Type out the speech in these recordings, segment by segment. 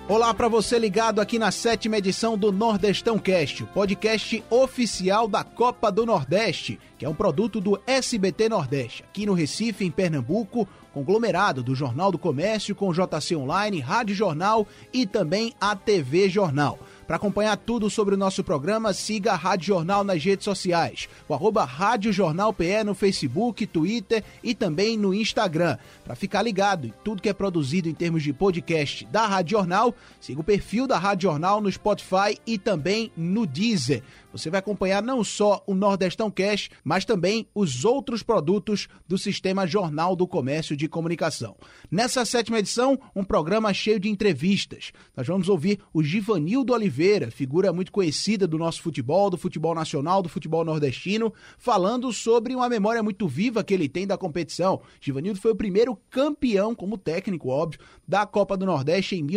Olá para você ligado aqui na 7ª edição do Nordestão Cast, o podcast oficial da Copa do Nordeste, que é um produto do SBT Nordeste, aqui no Recife, em Pernambuco, conglomerado do Jornal do Comércio com JC Online, Rádio Jornal e também a TV Jornal. Para acompanhar tudo sobre o nosso programa, siga a Rádio Jornal nas redes sociais, o @Rádio Jornal PE no Facebook, Twitter e também no Instagram. Para ficar ligado em tudo que é produzido em termos de podcast da Rádio Jornal, siga o perfil da Rádio Jornal no Spotify e também no Deezer. Você vai acompanhar não só o Nordestão Cast, mas também os outros produtos do Sistema Jornal do Comércio de Comunicação. Nessa 7ª edição, um programa cheio de entrevistas. Nós vamos ouvir o Givanildo Oliveira, figura muito conhecida do nosso futebol, do futebol nacional, do futebol nordestino, falando sobre uma memória muito viva que ele tem da competição. Givanildo foi o primeiro campeão, como técnico, óbvio, da Copa do Nordeste em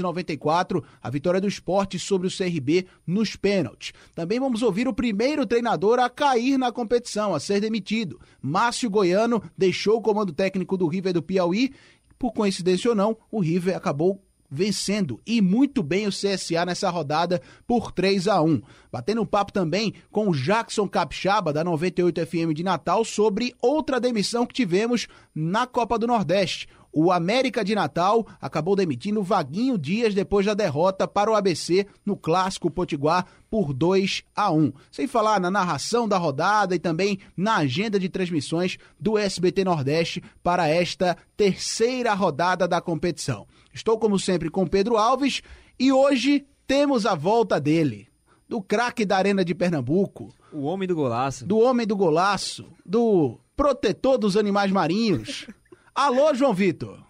1994, a vitória do Sport sobre o CRB nos pênaltis. Também vamos ouvir o primeiro treinador a cair na competição, a ser demitido. Márcio Goiano deixou o comando técnico do River do Piauí. Por coincidência ou não, o River acabou vencendo e muito bem o CSA nessa rodada por 3-1. Batendo um papo também com o Jackson Capixaba, da 98 FM de Natal, sobre outra demissão que tivemos na Copa do Nordeste. O América de Natal acabou demitindo Vaguinho Dias depois da derrota para o ABC no Clássico Potiguar por 2-1. Sem falar na narração da rodada e também na agenda de transmissões do SBT Nordeste para esta terceira rodada da competição. Estou, como sempre, com Pedro Alves e hoje temos a volta dele, do craque da Arena de Pernambuco. O homem do golaço. Do homem do golaço, do protetor dos animais marinhos. Alô, João Vitor.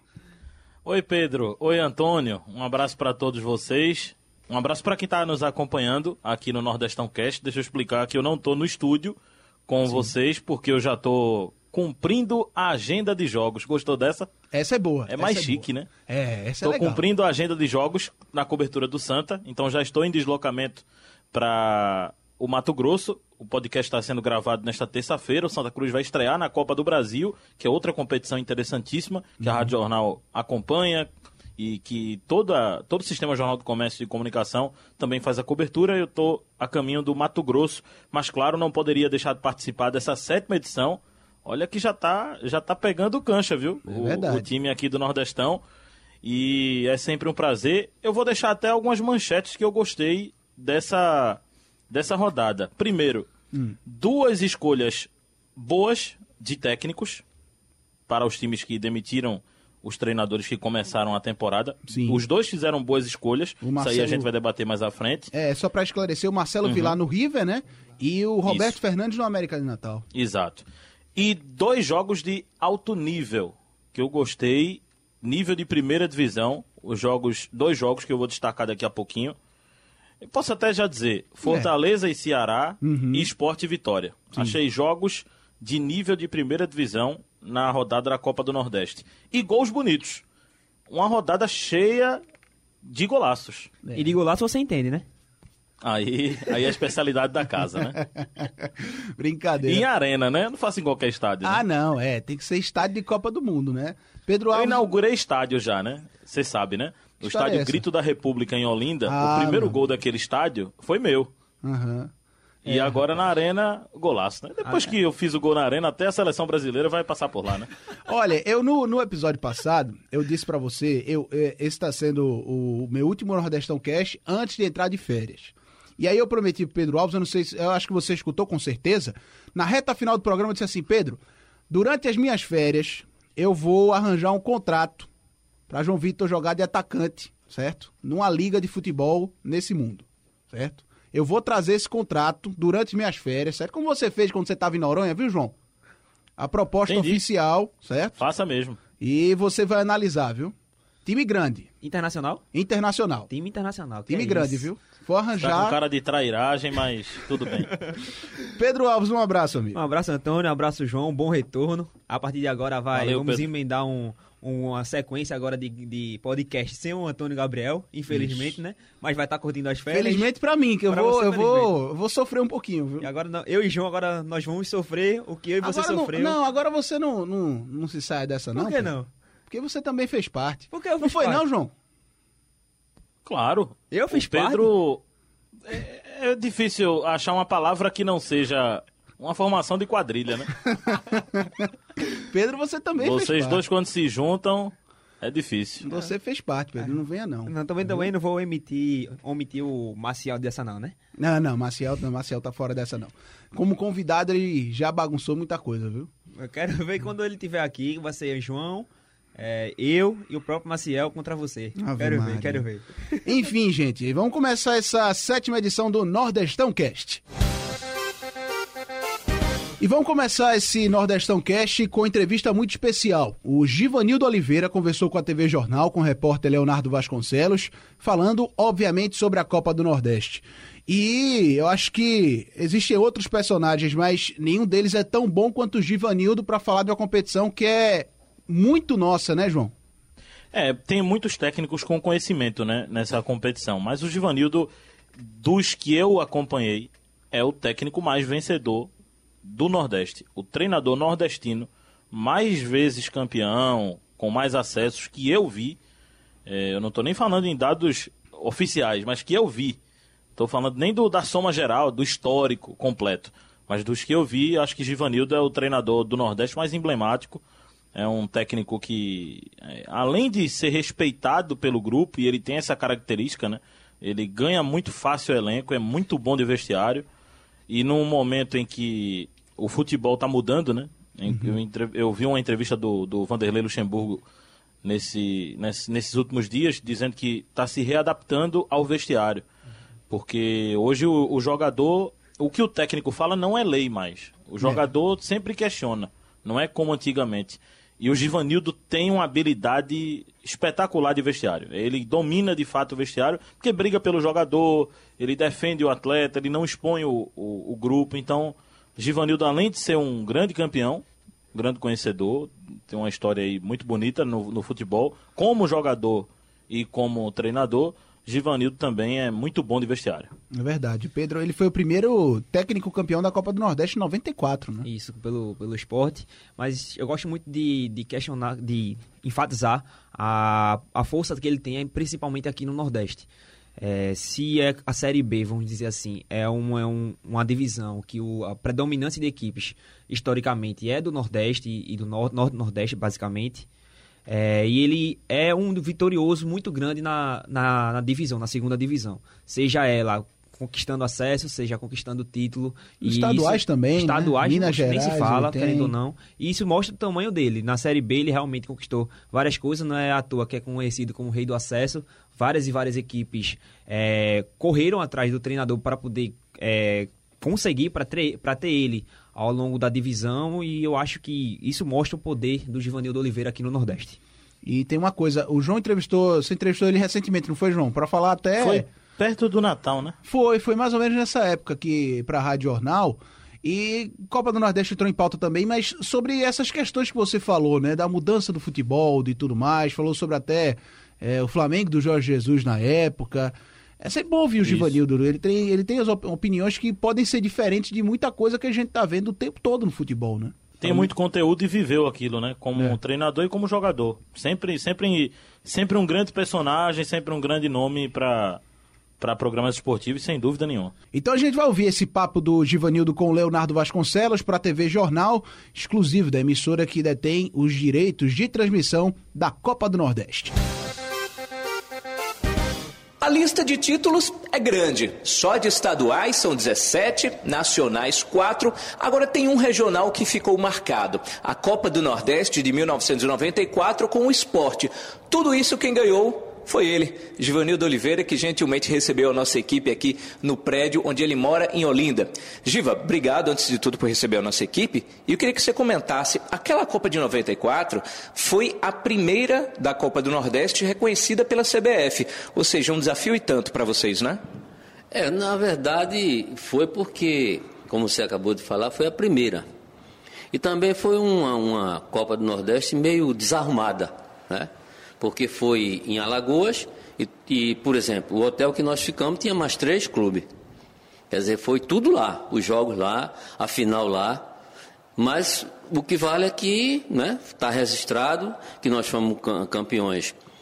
Oi, Pedro. Oi, Antônio. Um abraço para todos vocês. Um abraço para quem está nos acompanhando aqui no Nordestão Cast. Deixa eu explicar que eu não estou no estúdio com vocês, porque eu já estou cumprindo a agenda de jogos. Gostou dessa? Essa é boa. É mais chique, né? Essa é legal. Estou cumprindo a agenda de jogos na cobertura do Santa, então já estou em deslocamento para o Mato Grosso. O podcast está sendo gravado nesta terça-feira. O Santa Cruz vai estrear na Copa do Brasil, que é outra competição interessantíssima, que a Rádio Jornal acompanha e que todo o Sistema Jornal do Comércio e Comunicação também faz a cobertura. Eu estou a caminho do Mato Grosso, mas claro, não poderia deixar de participar dessa 7ª edição. Olha que já tá pegando cancha, viu? É verdade. O time aqui do Nordestão. E é sempre um prazer. Eu vou deixar até algumas manchetes que eu gostei dessa rodada. Primeiro, 2 escolhas boas de técnicos para os times que demitiram os treinadores que começaram a temporada. Sim. Os 2 fizeram boas escolhas. Marcelo... Isso aí a gente vai debater mais à frente. Só para esclarecer, o Marcelo Vilar no River, né? E o Roberto Fernandes no América de Natal. Exato. E 2 jogos de alto nível, que eu gostei, nível de primeira divisão. 2 jogos que eu vou destacar daqui a pouquinho. Eu posso até já dizer, Fortaleza e Ceará e Sport e Vitória. Sim. Achei jogos de nível de primeira divisão na rodada da Copa do Nordeste. E gols bonitos. Uma rodada cheia de golaços. E de golaço você entende, né? Aí é a especialidade da casa, né? Brincadeira. E em arena, né? Não faço em qualquer estádio. Né? Ah, não, tem que ser estádio de Copa do Mundo, né? Pedro Alves... Eu inaugurei estádio já, né? Você sabe, né? O estádio Grito da República em Olinda, o primeiro gol daquele estádio foi meu. E agora na arena, golaço, né? Depois que eu fiz o gol na arena, até a seleção brasileira vai passar por lá, né? Olha, eu no episódio passado, eu disse pra você, esse tá sendo o meu último Nordestão Cast antes de entrar de férias. E aí eu prometi pro Pedro Alves, eu não sei, eu acho que você escutou com certeza, na reta final do programa eu disse assim, Pedro, durante as minhas férias, eu vou arranjar um contrato para João Vitor jogar de atacante, certo? Numa liga de futebol nesse mundo, certo? Eu vou trazer esse contrato durante minhas férias, certo? Como você fez quando você estava em Noronha, viu, João? A proposta oficial, certo? Faça mesmo. E você vai analisar, viu? Time grande. Internacional? Internacional. Time internacional. Time grande, viu? Vou arranjar... Tá com cara de trairagem, mas tudo bem. Pedro Alves, um abraço, amigo. Um abraço, Antônio. Um abraço, João. Bom retorno. A partir de agora vamos Pedro. emendar uma sequência agora de podcast sem o Antônio Gabriel, infelizmente, né? Mas vai estar curtindo as férias. Felizmente pra mim, que eu vou sofrer um pouquinho, viu? E agora, eu e João, agora nós vamos sofrer o que eu e você sofreu. Não, agora você não se sai dessa, não. Por que não? Porque você também fez parte. Por que eu fiz Não foi parte? não, João? Claro. Eu fiz Pedro... É difícil achar uma palavra que não seja uma formação de quadrilha, né? Pedro, você também fez parte. Vocês dois, quando se juntam, é difícil. Você fez parte, Pedro. Não venha, não. Não, também não vou omitir o Maciel dessa não, né? Não, Maciel tá fora dessa, não. Como convidado, ele já bagunçou muita coisa, viu? Eu quero ver quando ele estiver aqui, vai ser João, eu e o próprio Maciel contra você. Quero ver. Enfim, gente, vamos começar essa 7ª edição do Nordestão Cast. E vamos começar esse Nordestão Cast com entrevista muito especial. O Givanildo Oliveira conversou com a TV Jornal, com o repórter Leonardo Vasconcelos, falando, obviamente, sobre a Copa do Nordeste. E eu acho que existem outros personagens, mas nenhum deles é tão bom quanto o Givanildo para falar de uma competição que é muito nossa, né, João? Tem muitos técnicos com conhecimento, né, nessa competição, mas o Givanildo, dos que eu acompanhei, é o técnico mais vencedor do Nordeste, o treinador nordestino mais vezes campeão, com mais acessos que eu vi. Eu não estou nem falando em dados oficiais, mas que eu vi. Estou falando nem da soma geral, do histórico completo, mas dos que eu vi, acho que Givanildo é o treinador do Nordeste mais emblemático. É um técnico que, além de ser respeitado pelo grupo, e ele tem essa característica, né? Ele ganha muito fácil o elenco, é muito bom de vestiário. E num momento em que o futebol está mudando, né? Eu vi uma entrevista do Vanderlei Luxemburgo nesses últimos dias, dizendo que está se readaptando ao vestiário. Porque hoje o jogador, o que o técnico fala não é lei mais. O jogador sempre questiona, não é como antigamente. E o Givanildo tem uma habilidade espetacular de vestiário. Ele domina de fato o vestiário, porque briga pelo jogador, ele defende o atleta, ele não expõe o grupo. Então, Givanildo, além de ser um grande campeão, um grande conhecedor, tem uma história aí muito bonita no futebol, como jogador e como treinador, Givanildo também é muito bom de vestiário. É verdade. Pedro, ele foi o primeiro técnico campeão da Copa do Nordeste em 94, né? Isso, pelo esporte. Mas eu gosto muito de questionar, de enfatizar a força que ele tem, principalmente aqui no Nordeste. Se a Série B, vamos dizer assim, é uma divisão que a predominância de equipes, historicamente, é do Nordeste e do Nordeste, basicamente. E ele é um vitorioso muito grande na divisão, na segunda divisão. Seja ela conquistando acesso, seja conquistando título. Estaduais também, estaduais, né? Minas Gerais, nem se fala, querendo ou não. E isso mostra o tamanho dele. Na Série B ele realmente conquistou várias coisas, não é à toa que é conhecido como o rei do acesso. Várias e várias equipes correram atrás do treinador para poder conseguir, para ter ele ao longo da divisão, e eu acho que isso mostra o poder do Givanildo Oliveira aqui no Nordeste. E tem uma coisa, o João você entrevistou ele recentemente, não foi, João? Para falar até... Foi perto do Natal, né? Foi mais ou menos nessa época aqui para a Rádio Jornal, e Copa do Nordeste entrou em pauta também, mas sobre essas questões que você falou, né, da mudança do futebol e tudo mais, falou sobre até o Flamengo do Jorge Jesus na época. É sempre bom ouvir o Givanildo, ele tem as opiniões que podem ser diferentes de muita coisa que a gente tá vendo o tempo todo no futebol, né? Tem muito conteúdo e viveu aquilo, né? Como treinador e como jogador. Sempre um grande personagem, sempre um grande nome para programas esportivos, sem dúvida nenhuma. Então a gente vai ouvir esse papo do Givanildo com o Leonardo Vasconcelos para a TV Jornal, exclusivo da emissora que detém os direitos de transmissão da Copa do Nordeste. A lista de títulos é grande. Só de estaduais são 17, nacionais 4. Agora tem um regional que ficou marcado. A Copa do Nordeste de 1994 com o Sport. Tudo isso quem ganhou foi ele, Givanildo Oliveira, que gentilmente recebeu a nossa equipe aqui no prédio onde ele mora, em Olinda. Giva, obrigado antes de tudo por receber a nossa equipe. E eu queria que você comentasse, aquela Copa de 94 foi a primeira da Copa do Nordeste reconhecida pela CBF. Ou seja, um desafio e tanto para vocês, né? Na verdade foi porque, como você acabou de falar, foi a primeira. E também foi uma Copa do Nordeste meio desarrumada, né? Porque foi em Alagoas e, por exemplo, o hotel que nós ficamos tinha mais 3 clubes. Quer dizer, foi tudo lá, os jogos lá, a final lá. Mas o que vale é que, né, está registrado que nós fomos campeões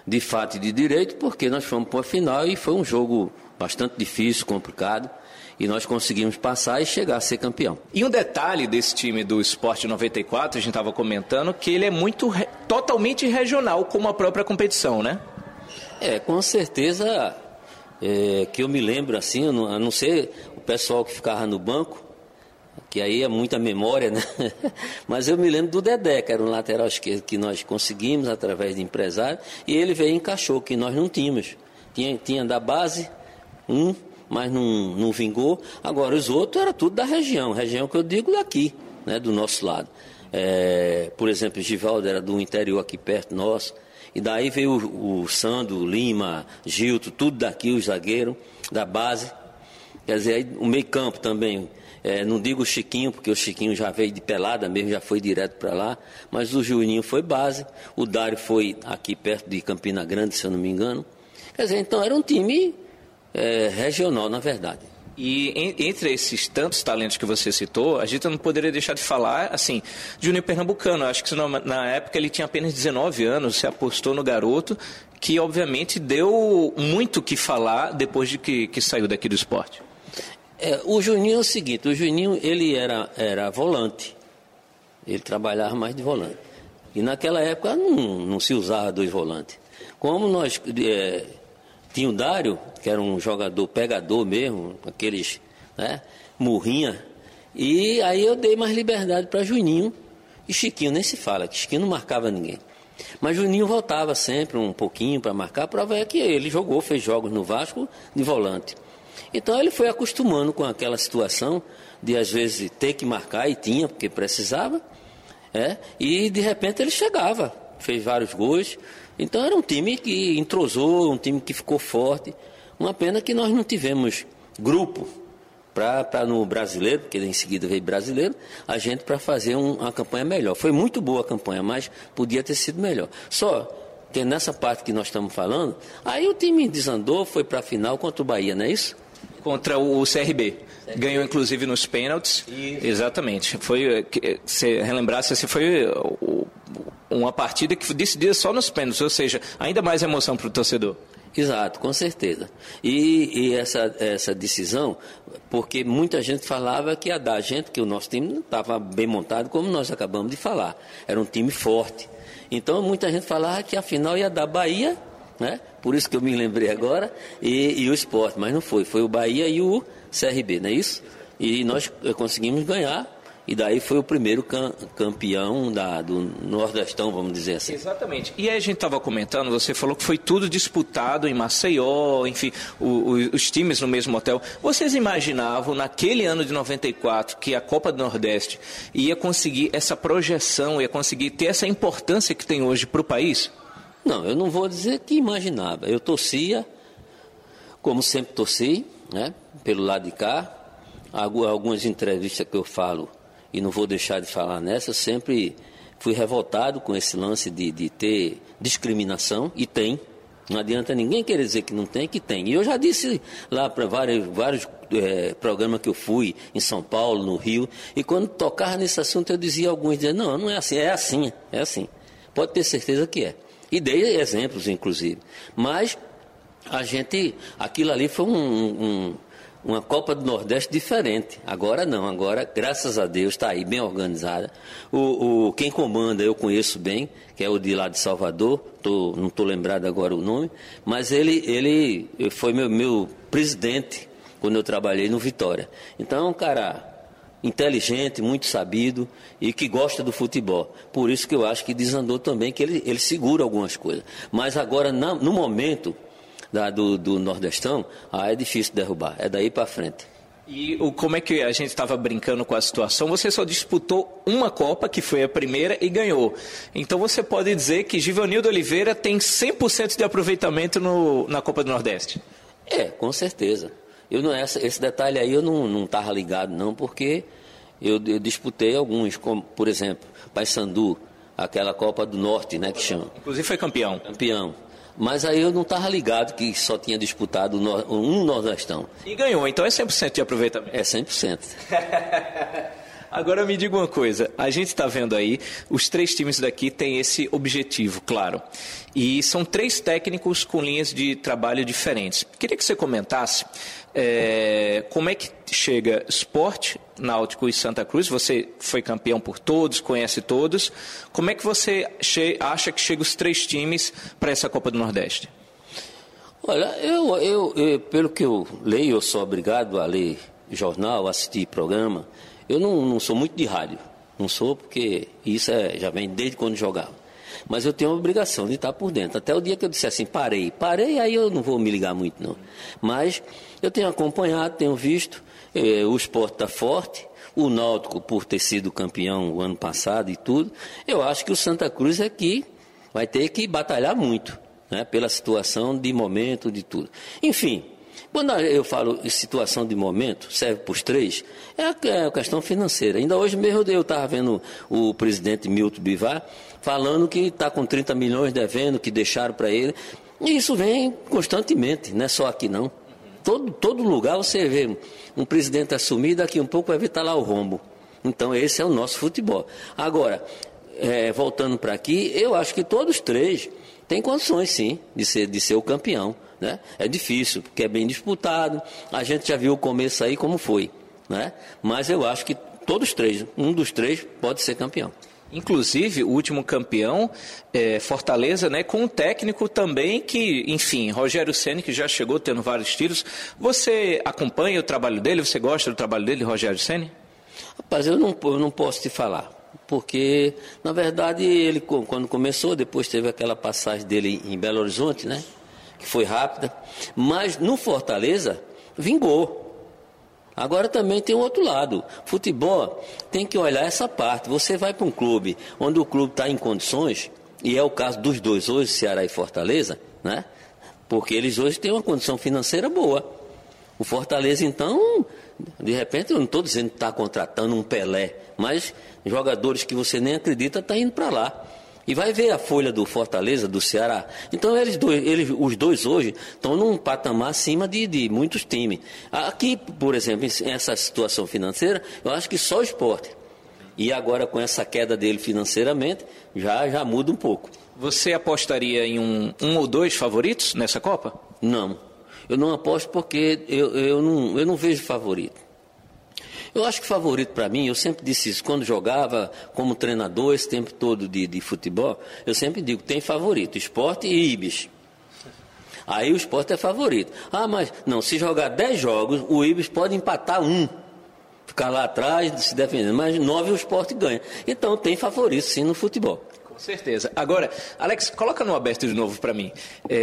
de fato e de direito, porque nós fomos para a final e foi um jogo bastante difícil, complicado, e nós conseguimos passar e chegar a ser campeão. E um detalhe desse time do Sport 94, a gente estava comentando, que ele é totalmente regional, como a própria competição, né? Com certeza, que eu me lembro assim, a não ser o pessoal que ficava no banco, que aí é muita memória, né? Mas eu me lembro do Dedé, que era um lateral esquerdo que nós conseguimos através de empresário, e ele veio e encaixou, que nós não tínhamos. Tinha da base, mas não vingou. Agora, os outros era tudo da região que eu digo daqui, né, do nosso lado. Por exemplo, o Givaldo era do interior aqui perto nosso, e daí veio o Sandro, Lima, Gilto, tudo daqui, o zagueiro da base. Quer dizer, aí, o meio campo também, não digo o Chiquinho, porque o Chiquinho já veio de pelada mesmo, já foi direto para lá, mas o Juninho foi base, o Dário foi aqui perto de Campina Grande, se eu não me engano. Quer dizer, então era um time regional, na verdade. E entre esses tantos talentos que você citou, a gente não poderia deixar de falar, assim, Juninho Pernambucano. Acho que na época ele tinha apenas 19 anos, se apostou no garoto, que obviamente deu muito o que falar depois de que saiu daqui do esporte. O Juninho é o seguinte, o Juninho ele era volante, ele trabalhava mais de volante. E naquela época não se usava 2 volantes. Como nós... tinha o Dário, que era um jogador pegador mesmo, aqueles, né, murrinha. E aí eu dei mais liberdade para Juninho. E Chiquinho nem se fala, que Chiquinho não marcava ninguém. Mas Juninho voltava sempre um pouquinho para marcar. A prova é que ele fez jogos no Vasco de volante. Então ele foi acostumando com aquela situação de às vezes ter que marcar, e tinha, porque precisava. E de repente ele chegava, fez vários gols. Então era um time que entrosou, um time que ficou forte. Uma pena que nós não tivemos grupo para no brasileiro, porque em seguida veio brasileiro, a gente para fazer uma campanha melhor. Foi muito boa a campanha, mas podia ter sido melhor. Só que nessa parte que nós estamos falando, aí o time desandou, foi para a final contra o Bahia, não é isso? Contra o CRB. Ganhou inclusive nos pênaltis. Isso. Exatamente. Se relembrasse, foi uma partida que decidia só nos pênaltis, ou seja, ainda mais emoção para o torcedor. Exato, com certeza. E essa decisão, porque muita gente falava que ia dar a gente, que o nosso time não estava bem montado, como nós acabamos de falar. Era um time forte. Então muita gente falava que a final ia dar Bahia, né? Por isso que eu me lembrei agora, e o Sport, mas não foi. Foi o Bahia e o CRB, não é isso? E nós conseguimos ganhar. E daí foi o primeiro campeão do Nordestão, vamos dizer assim. Exatamente. E aí a gente estava comentando, você falou que foi tudo disputado em Maceió, enfim, os times no mesmo hotel. Vocês imaginavam, naquele ano de 94, que a Copa do Nordeste ia conseguir essa projeção, ia conseguir ter essa importância que tem hoje para o país? Não, eu não vou dizer que imaginava. Eu torcia, como sempre torci, né, pelo lado de cá. Algumas entrevistas que eu falo, e não vou deixar de falar nessa, sempre fui revoltado com esse lance de ter discriminação, e tem. Não adianta ninguém querer dizer que não tem, que tem. E eu já disse lá para vários programas que eu fui, em São Paulo, no Rio, e quando tocava nesse assunto eu dizia, alguns diziam, não é assim, é assim, é assim. Pode ter certeza que é. E dei exemplos, inclusive. Mas aquilo ali foi uma Copa do Nordeste diferente. Agora não, agora, graças a Deus, está aí bem organizada. Quem comanda eu conheço bem, que é o de lá de Salvador, não estou lembrado agora o nome, mas ele foi meu presidente quando eu trabalhei no Vitória. Então é um cara inteligente, muito sabido e que gosta do futebol. Por isso que eu acho que desandou também, que ele segura algumas coisas. Mas agora, no momento do Nordestão, é difícil derrubar, é daí para frente. E como é que a gente estava brincando com a situação? Você só disputou uma Copa, que foi a primeira, e ganhou. Então você pode dizer que Givanildo Oliveira tem 100% de aproveitamento na Copa do Nordeste? Com certeza. Esse detalhe aí eu não estava ligado não, porque eu disputei alguns, como por exemplo, Paysandu, aquela Copa do Norte, né, que chama. Inclusive foi campeão. Campeão. Mas aí eu não estava ligado que só tinha disputado um Nordestão. E ganhou, então é 100% de aproveitamento. É 100%. Agora me diga uma coisa, a gente está vendo aí, os 3 times daqui têm esse objetivo, claro. E são 3 técnicos com linhas de trabalho diferentes. Queria que você comentasse como é que chega Sport, Náutico e Santa Cruz. Você foi campeão por todos, conhece todos. Como é que você acha que chegam os 3 times para essa Copa do Nordeste? Olha, eu pelo que eu leio, eu sou obrigado a ler jornal, assistir programa. Eu não sou muito de rádio. Não sou porque isso já vem desde quando jogava. Mas eu tenho a obrigação de estar por dentro. Até o dia que eu disser assim, parei, aí eu não vou me ligar muito, não. Mas eu tenho acompanhado, tenho visto, o Sport está forte, o Náutico, por ter sido campeão o ano passado e tudo, eu acho que o Santa Cruz aqui vai ter que batalhar muito, né, pela situação de momento, de tudo. Enfim, quando eu falo em situação de momento, serve para os 3, é a questão financeira. Ainda hoje mesmo eu estava vendo o presidente Milton Bivar falando que está com 30 milhões devendo, que deixaram para ele. E isso vem constantemente, não é só aqui não. Todo lugar você vê um presidente assumir, daqui um pouco vai ver tá lá o rombo. Então esse é o nosso futebol. Agora, voltando para aqui, eu acho que todos os 3 têm condições sim de ser o campeão. Né? É difícil, porque é bem disputado. A gente já viu o começo aí como foi. Né? Mas eu acho que todos os 3, um dos 3 pode ser campeão. Inclusive, o último campeão, Fortaleza, né, com um técnico também que, enfim, Rogério Ceni, que já chegou tendo vários títulos. Você acompanha o trabalho dele? Você gosta do trabalho dele, Rogério Ceni? Rapaz, eu não posso te falar. Porque, na verdade, ele quando começou, depois teve aquela passagem dele em Belo Horizonte, né? Que foi rápida. Mas no Fortaleza, vingou. Agora também tem o outro lado. Futebol tem que olhar essa parte. Você vai para um clube onde o clube está em condições, e é o caso dos 2 hoje, Ceará e Fortaleza, né? Porque eles hoje têm uma condição financeira boa. O Fortaleza, então, de repente, eu não estou dizendo que está contratando um Pelé, mas jogadores que você nem acredita estão indo para lá. E vai ver a folha do Fortaleza, do Ceará. Então, os dois hoje estão num patamar acima de muitos times. Aqui, por exemplo, essa situação financeira, eu acho que só o Sport. E agora, com essa queda dele financeiramente, já muda um pouco. Você apostaria em um ou 2 favoritos nessa Copa? Não. Eu não aposto porque eu não vejo favorito. Eu acho que favorito para mim, eu sempre disse isso, quando jogava como treinador esse tempo todo de futebol, eu sempre digo, tem favorito, Sport e Ibis. Aí o Sport é favorito. Mas não, se jogar 10 jogos, o Ibis pode empatar 1. Ficar lá atrás, se defendendo, mas 9 o Sport ganha. Então tem favorito sim no futebol. Com certeza. Agora, Alex, coloca no aberto de novo para mim.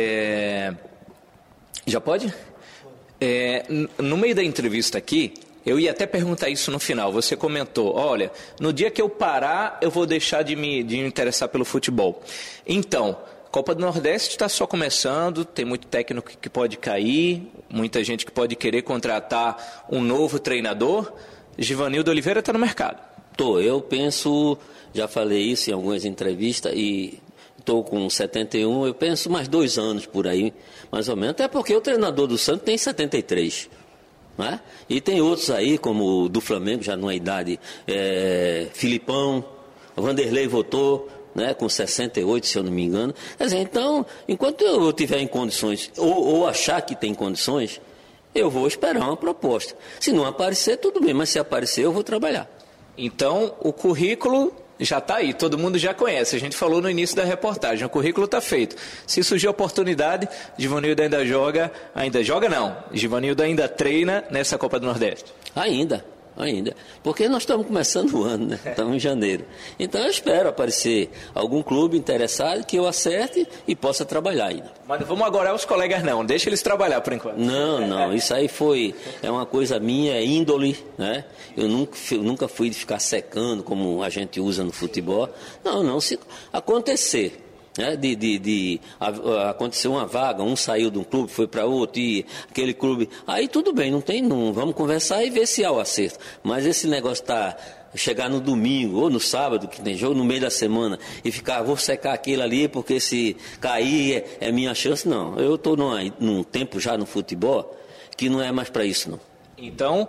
Já pode? No meio da entrevista aqui, eu ia até perguntar isso no final. Você comentou, olha, no dia que eu parar, eu vou deixar de me interessar pelo futebol. Então, Copa do Nordeste está só começando, tem muito técnico que pode cair, muita gente que pode querer contratar um novo treinador. Givanildo Oliveira está no mercado. Eu penso, já falei isso em algumas entrevistas e estou com 71, eu penso mais 2 anos por aí, mais ou menos, até porque o treinador do Santos tem 73. Né? E tem outros aí, como o do Flamengo, já numa idade, Filipão, Vanderlei voltou, né, com 68, se eu não me engano. Quer dizer, então, enquanto eu tiver em condições, ou achar que tem condições, eu vou esperar uma proposta. Se não aparecer, tudo bem, mas se aparecer, eu vou trabalhar. Então, o currículo já está aí, todo mundo já conhece. A gente falou no início da reportagem, o currículo está feito. Se surgir a oportunidade, Givanildo ainda joga não. Givanildo ainda treina nessa Copa do Nordeste. Ainda. Porque nós estamos começando o ano, né? Estamos em janeiro. Então eu espero aparecer algum clube interessado que eu acerte e possa trabalhar ainda. Mas não vamos agora os colegas não, deixa eles trabalhar por enquanto. Não, isso aí é uma coisa minha, é índole, né? Eu nunca fui de ficar secando como a gente usa no futebol. Não, se acontecer, né, aconteceu uma vaga, um saiu de um clube, foi para outro, e aquele clube, aí tudo bem, não vamos conversar e ver se há o acerto. Mas esse negócio chegar no domingo ou no sábado, que tem jogo, no meio da semana, e ficar, vou secar aquele ali porque se cair é minha chance, não. Eu estou num tempo já no futebol que não é mais para isso, não. Então,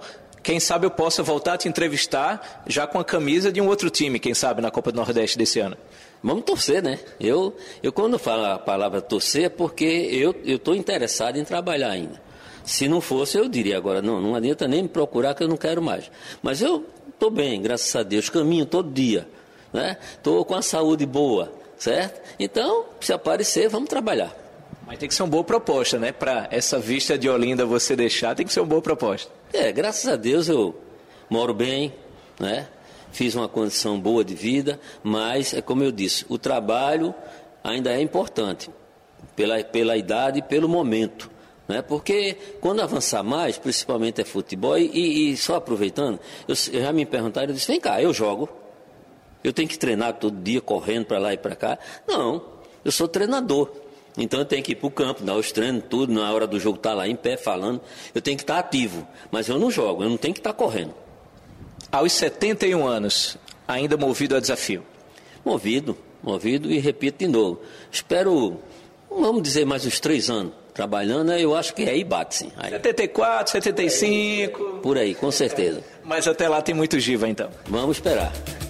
quem sabe eu possa voltar a te entrevistar já com a camisa de um outro time, quem sabe, na Copa do Nordeste desse ano. Vamos torcer, né? Eu quando falo a palavra torcer é porque eu estou interessado em trabalhar ainda. Se não fosse, eu diria agora, não adianta nem me procurar que eu não quero mais. Mas eu estou bem, graças a Deus, caminho todo dia, né? Estou com a saúde boa, certo? Então, se aparecer, vamos trabalhar. Mas tem que ser uma boa proposta, né? Para essa vista de Olinda você deixar, tem que ser uma boa proposta. Graças a Deus eu moro bem, né? Fiz uma condição boa de vida, mas, é como eu disse, o trabalho ainda é importante, pela idade e pelo momento, né? Porque quando avançar mais, principalmente é futebol, e só aproveitando, eu já me perguntaram, eu disse, vem cá, eu jogo, eu tenho que treinar todo dia, correndo para lá e para cá? Não, eu sou treinador, então eu tenho que ir para o campo, dar os treinos, tudo, na hora do jogo estar lá em pé falando, eu tenho que estar ativo, mas eu não jogo, eu não tenho que estar correndo. Aos 71 anos, ainda movido a desafio? Movido e repito de novo. Espero, vamos dizer, mais uns 3 anos trabalhando, eu acho que aí bate, sim. Aí. 74, 75... Por aí, com certeza. Mas até lá tem muito giva, então. Vamos esperar.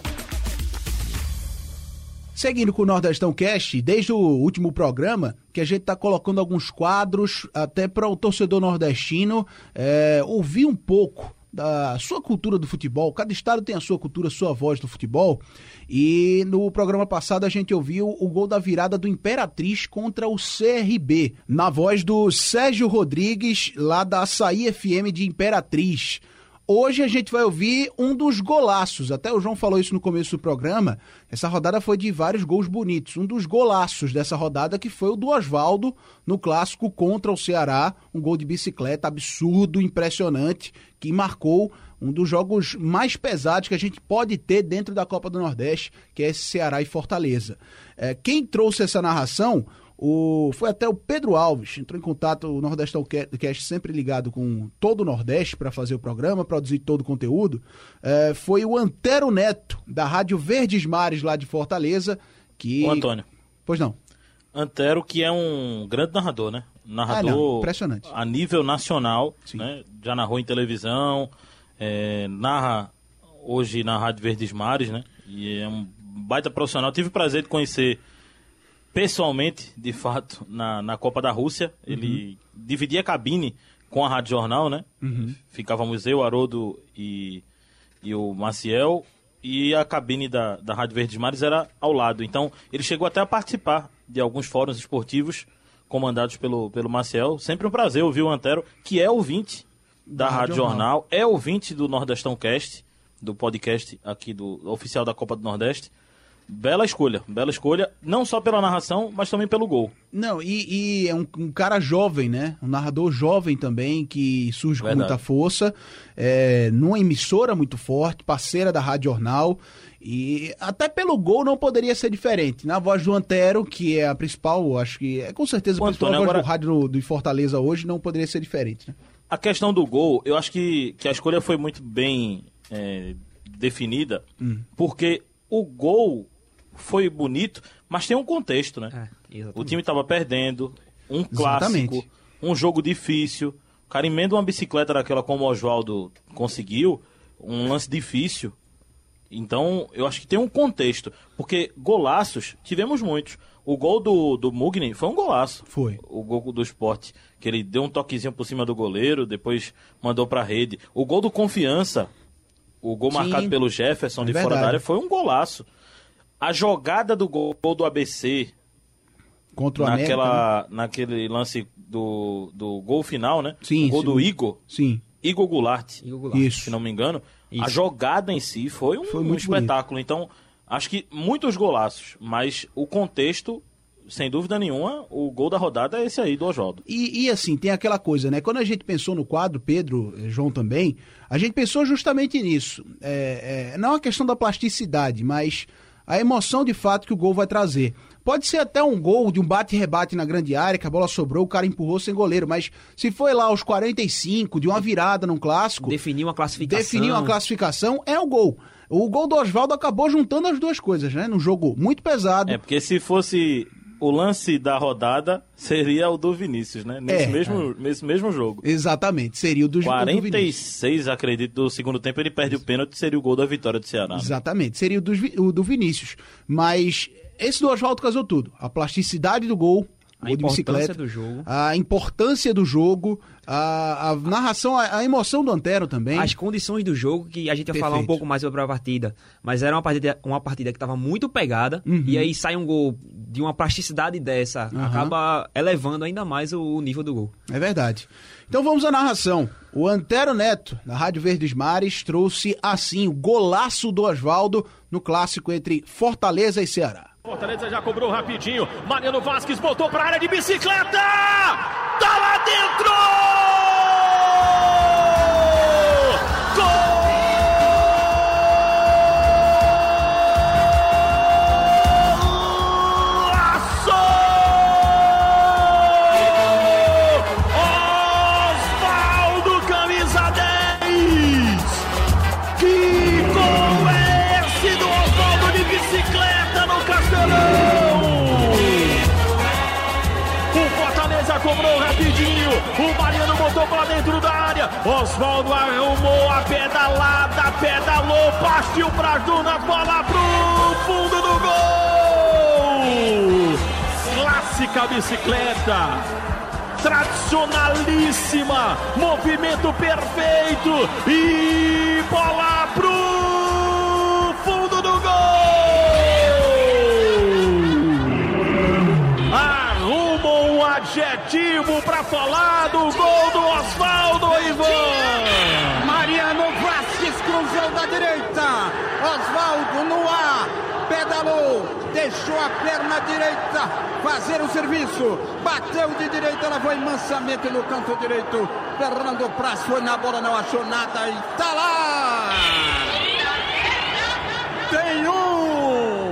Seguindo com o Nordestão Cast, desde o último programa, que a gente está colocando alguns quadros até para o torcedor nordestino ouvir um pouco da sua cultura do futebol. Cada estado tem a sua cultura, a sua voz do futebol. E no programa passado a gente ouviu o gol da virada do Imperatriz contra o CRB, na voz do Sérgio Rodrigues, lá da Açaí FM de Imperatriz. Hoje a gente vai ouvir um dos golaços, até o João falou isso no começo do programa, essa rodada foi de vários gols bonitos, um dos golaços dessa rodada que foi o do Osvaldo no clássico contra o Ceará, um gol de bicicleta absurdo, impressionante, que marcou um dos jogos mais pesados que a gente pode ter dentro da Copa do Nordeste, que é esse Ceará e Fortaleza. Quem trouxe essa narração foi até o Pedro Alves, entrou em contato, o Nordestão Cast sempre ligado com todo o Nordeste para fazer o programa, produzir todo o conteúdo, foi o Antero Neto, da Rádio Verdes Mares, lá de Fortaleza, que... O Antônio. Pois não. Antero, que é um grande narrador, né? Narrador impressionante. A nível nacional, Sim. né? Já narrou em televisão, narra hoje na Rádio Verdes Mares, né? E é um baita profissional. Tive o prazer de conhecer pessoalmente, de fato, na Copa da Rússia. Ele dividia a cabine com a Rádio Jornal, né? Ficávamos eu, Haroldo e o Maciel, e a cabine da Rádio Verdes Mares era ao lado. Então, ele chegou até a participar de alguns fóruns esportivos comandados pelo Maciel. Sempre um prazer ouvir o Antero, que é ouvinte da Rádio Jornal, é ouvinte do Nordestão Cast, do podcast aqui do oficial da Copa do Nordeste. Bela escolha, não só pela narração, mas também pelo gol. Não, e é um cara jovem, né? Um narrador jovem também, que surge com muita força, numa emissora muito forte, parceira da Rádio Jornal, e até pelo gol não poderia ser diferente. Na voz do Antero, que é a principal, acho que é com certeza a principal voz do rádio do Fortaleza hoje, não poderia ser diferente, né? A questão do gol, eu acho que a escolha foi muito bem definida, porque o gol foi bonito, mas tem um contexto, né? O time estava perdendo, um clássico, um jogo difícil. O cara emenda uma bicicleta daquela como o Osvaldo conseguiu, um lance difícil. Então, eu acho que tem um contexto, porque golaços tivemos muitos. O gol do Mugni foi um golaço. Foi. O gol do Sport, que ele deu um toquezinho por cima do goleiro, depois mandou pra rede. O gol do Confiança, o gol marcado pelo Jefferson de fora da área, foi um golaço. A jogada do gol do ABC contra o América, naquele lance do gol final, né? Sim, o gol do Igor. Sim. Igor Goulart. Isso. Se não me engano. Isso. A jogada em si foi um espetáculo. Bonito. Então, acho que muitos golaços, mas o contexto, sem dúvida nenhuma, o gol da rodada é esse aí, do Osvaldo. E assim, tem aquela coisa, né? Quando a gente pensou no quadro, Pedro, João também, a gente pensou justamente nisso. Não a questão da plasticidade, mas a emoção de fato que o gol vai trazer. Pode ser até um gol de um bate-rebate na grande área, que a bola sobrou, o cara empurrou sem goleiro, mas se foi lá aos 45, de uma virada num clássico... Definir uma classificação, é o gol. O gol do Osvaldo acabou juntando as duas coisas, né? Num jogo muito pesado. Porque se fosse o lance da rodada seria o do Vinícius, né? Nesse mesmo jogo. Exatamente, seria o do Vinícius. 46, acredito, do segundo tempo, ele perde o pênalti, seria o gol da vitória do Ceará. Né? Exatamente, seria o do Vinícius. Mas esse do Oswaldo casou tudo. A plasticidade do gol, a importância do jogo, a importância do jogo, a narração, a emoção do Antero também. As condições do jogo, que a gente vai falar um pouco mais sobre a partida, mas era uma partida que estava muito pegada, e aí sai um gol de uma plasticidade dessa, acaba elevando ainda mais o nível do gol. É verdade. Então vamos à narração. O Antero Neto, da Rádio Verdes Mares, trouxe assim o golaço do Oswaldo no clássico entre Fortaleza e Ceará. Fortaleza já cobrou rapidinho. Mariano Vasquez botou para a área de bicicleta. Tá lá dentro! Golaço! Oswaldo, camisa 10. Que gol é esse do Oswaldo de bicicleta no Castelão? O Fortaleza cobrou rapidinho, o Mariano botou pra dentro da área, Oswaldo arrumou a pedalada, pedalou, partiu pras dunas, bola pro fundo do gol! Clássica bicicleta, tradicionalíssima, movimento perfeito e bola pro fundo do gol! Adjetivo para falar do gol do Oswaldo, Ivan. Mariano Vasquez cruzou da direita. Oswaldo no ar, pedalou, deixou a perna direita fazer o serviço. Bateu de direita, ela foi mansamente no canto direito. Fernando Praz foi na bola, não achou nada e tá lá. Tem um.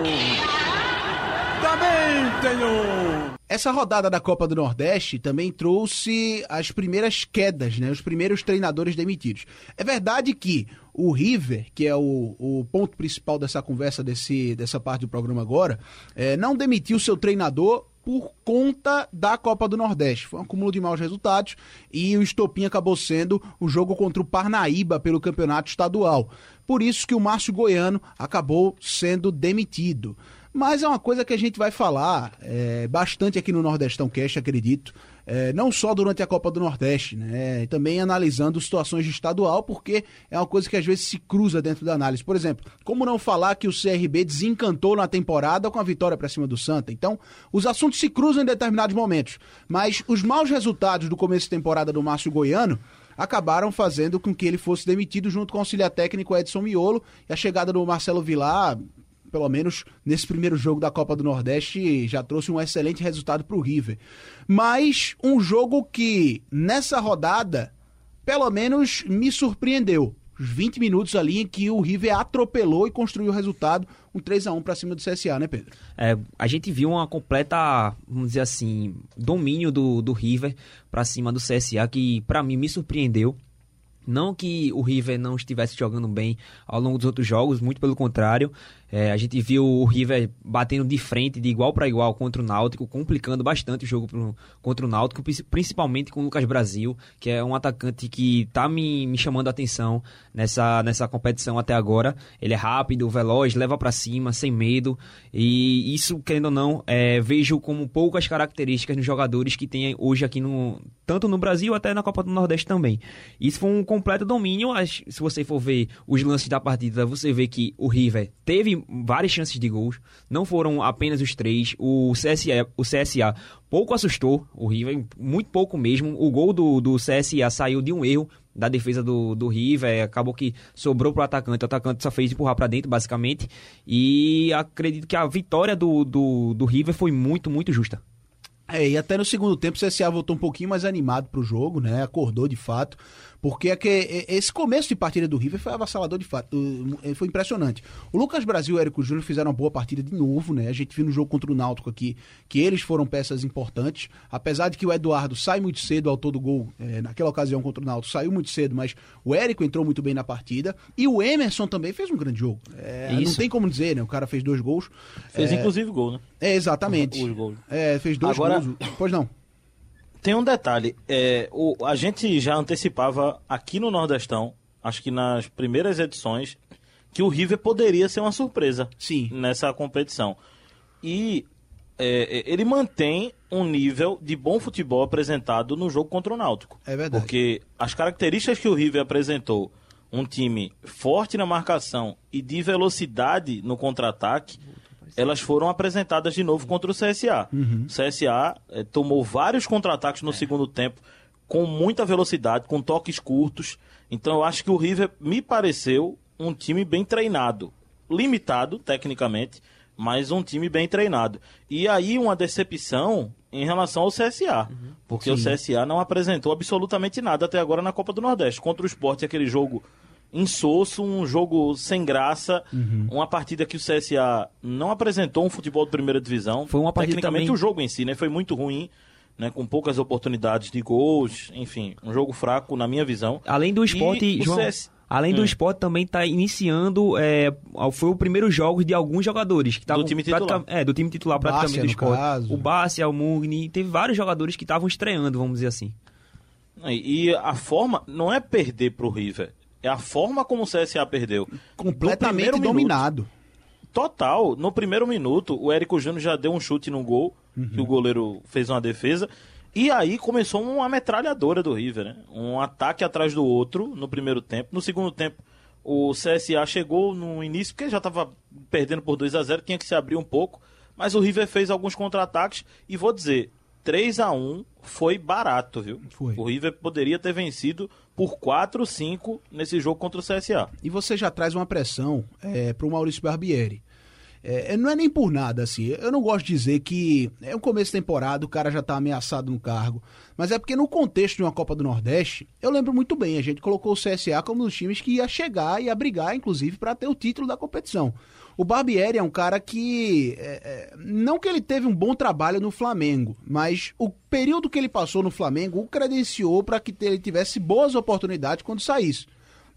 Também tem um. Essa rodada da Copa do Nordeste também trouxe as primeiras quedas, né? Os primeiros treinadores demitidos. É verdade que o River, que é o ponto principal dessa conversa, dessa parte do programa agora, não demitiu seu treinador por conta da Copa do Nordeste. Foi um acúmulo de maus resultados e o estopim acabou sendo o jogo contra o Parnaíba pelo campeonato estadual. Por isso que o Márcio Goiano acabou sendo demitido. Mas é uma coisa que a gente vai falar bastante aqui no Nordestão Cast, acredito, não só durante a Copa do Nordeste, né? Também analisando situações de estadual, porque é uma coisa que às vezes se cruza dentro da análise. Por exemplo, como não falar que o CRB desencantou na temporada com a vitória para cima do Santa? Então, os assuntos se cruzam em determinados momentos, mas os maus resultados do começo de temporada do Márcio Goiano acabaram fazendo com que ele fosse demitido junto com o auxiliar técnico Edson Miolo, e a chegada do Marcelo Vilar, pelo menos nesse primeiro jogo da Copa do Nordeste, já trouxe um excelente resultado para o River. Mas um jogo que, nessa rodada, pelo menos me surpreendeu. Os 20 minutos ali em que o River atropelou e construiu o resultado, um 3-1 para cima do CSA, né, Pedro? A gente viu uma completa, vamos dizer assim, domínio do River para cima do CSA, que para mim me surpreendeu. Não que o River não estivesse jogando bem ao longo dos outros jogos, muito pelo contrário. A gente viu o River batendo de frente, de igual para igual contra o Náutico, complicando bastante o jogo contra o Náutico, principalmente com o Lucas Brasil, que é um atacante que está me chamando a atenção nessa competição até agora. Ele é rápido, veloz, leva para cima, sem medo, e isso, querendo ou não, vejo como poucas características nos jogadores que tem hoje aqui, tanto no Brasil até na Copa do Nordeste também. Isso foi um completo domínio. Se você for ver os lances da partida, você vê que o River teve várias chances de gols, não foram apenas os 3. O CSA pouco assustou o River, muito pouco mesmo. O gol do CSA saiu de um erro da defesa do River, acabou que sobrou pro atacante, o atacante só fez empurrar para dentro, basicamente, e acredito que a vitória do River foi muito, muito justa. E até no segundo tempo o CSA voltou um pouquinho mais animado pro jogo, né? Acordou de fato, porque esse começo de partida do River foi avassalador de fato, foi impressionante. O Lucas Brasil e o Érico Júnior fizeram uma boa partida de novo, né? A gente viu no jogo contra o Náutico aqui que eles foram peças importantes, apesar de que o Eduardo sai muito cedo ao todo gol, naquela ocasião contra o Náutico saiu muito cedo, mas o Érico entrou muito bem na partida, e o Emerson também fez um grande jogo. Não tem como dizer, né? O cara fez 2 gols. Fez inclusive gol, né? Exatamente. Os gols. Fez 2 Agora, gols. Pois não. Tem um detalhe. A gente já antecipava aqui no Nordestão, acho que nas primeiras edições, que o River poderia ser uma surpresa. Sim. Nessa competição. E ele mantém um nível de bom futebol apresentado no jogo contra o Náutico. É verdade. Porque as características que o River apresentou, um time forte na marcação e de velocidade no contra-ataque, elas foram apresentadas de novo contra o CSA. O CSA tomou vários contra-ataques no segundo tempo, com muita velocidade, com toques curtos. Então eu acho que o River me pareceu um time bem treinado. Limitado, tecnicamente, mas um time bem treinado. E aí uma decepção em relação ao CSA. Porque o CSA não apresentou absolutamente nada até agora na Copa do Nordeste. Contra o Sport, aquele jogo insosso, um jogo sem graça, uma partida que o CSA não apresentou um futebol de primeira divisão. Foi uma partida tecnicamente também... o jogo em si, né, foi muito ruim, né, com poucas oportunidades de gols, enfim, um jogo fraco na minha visão. Além do Sport, João, além do Sport também está iniciando, foi o primeiro jogo de alguns jogadores que estavam do time titular. Do time titular praticamente do Sport. Caso. O Bárcia, o Mugni, teve vários jogadores que estavam estreando, vamos dizer assim. E a forma não é perder para o River. É a forma como o CSA perdeu. Completamente dominado. Total. No primeiro minuto, o Érico Júnior já deu um chute no gol, que o goleiro fez uma defesa. E aí começou uma metralhadora do River, né? Um ataque atrás do outro no primeiro tempo. No segundo tempo, o CSA chegou no início, porque já estava perdendo por 2-0, tinha que se abrir um pouco. Mas o River fez alguns contra-ataques e vou dizer, 3-1 foi barato, viu? Foi. O River poderia ter vencido por 4-5 nesse jogo contra o CSA. E você já traz uma pressão para o Maurício Barbieri. Não é nem por nada, assim. Eu não gosto de dizer que é um começo de temporada, o cara já está ameaçado no cargo. Mas é porque no contexto de uma Copa do Nordeste, eu lembro muito bem, a gente colocou o CSA como um dos times que ia chegar e ia brigar, inclusive, para ter o título da competição. O Barbieri é um cara que, não que ele teve um bom trabalho no Flamengo, mas o período que ele passou no Flamengo o credenciou para que ele tivesse boas oportunidades quando saísse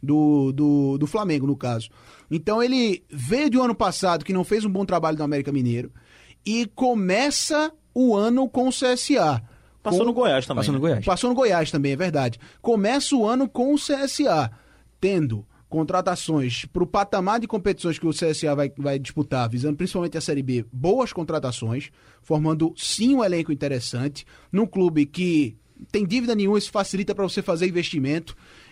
do Flamengo, no caso. Então ele veio de um ano passado que não fez um bom trabalho no América Mineiro e começa o ano com o CSA. Passou no Goiás também. Passou no Goiás também, é verdade. Começa o ano com o CSA, tendo contratações para o patamar de competições que o CSA vai disputar, visando principalmente a Série B, boas contratações, formando sim um elenco interessante, num clube que tem dívida nenhuma, isso facilita para você fazer investimento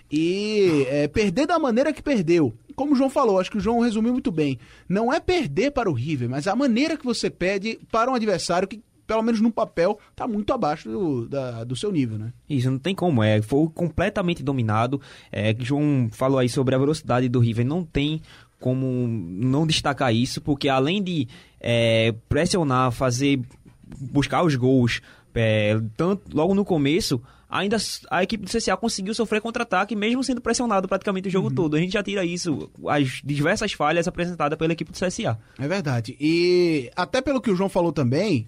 e perder da maneira que perdeu. Como o João falou, acho que o João resumiu muito bem, não é perder para o River, mas a maneira que você perde para um adversário que, pelo menos no papel, está muito abaixo do seu nível, né? Isso, não tem como, foi completamente dominado. O João falou aí sobre a velocidade do River, não tem como não destacar isso, porque além de pressionar, buscar os gols, tanto logo no começo, ainda a equipe do CSA conseguiu sofrer contra-ataque, mesmo sendo pressionado praticamente o jogo todo. A gente já tira isso, as diversas falhas apresentadas pela equipe do CSA. É verdade. E até pelo que o João falou também,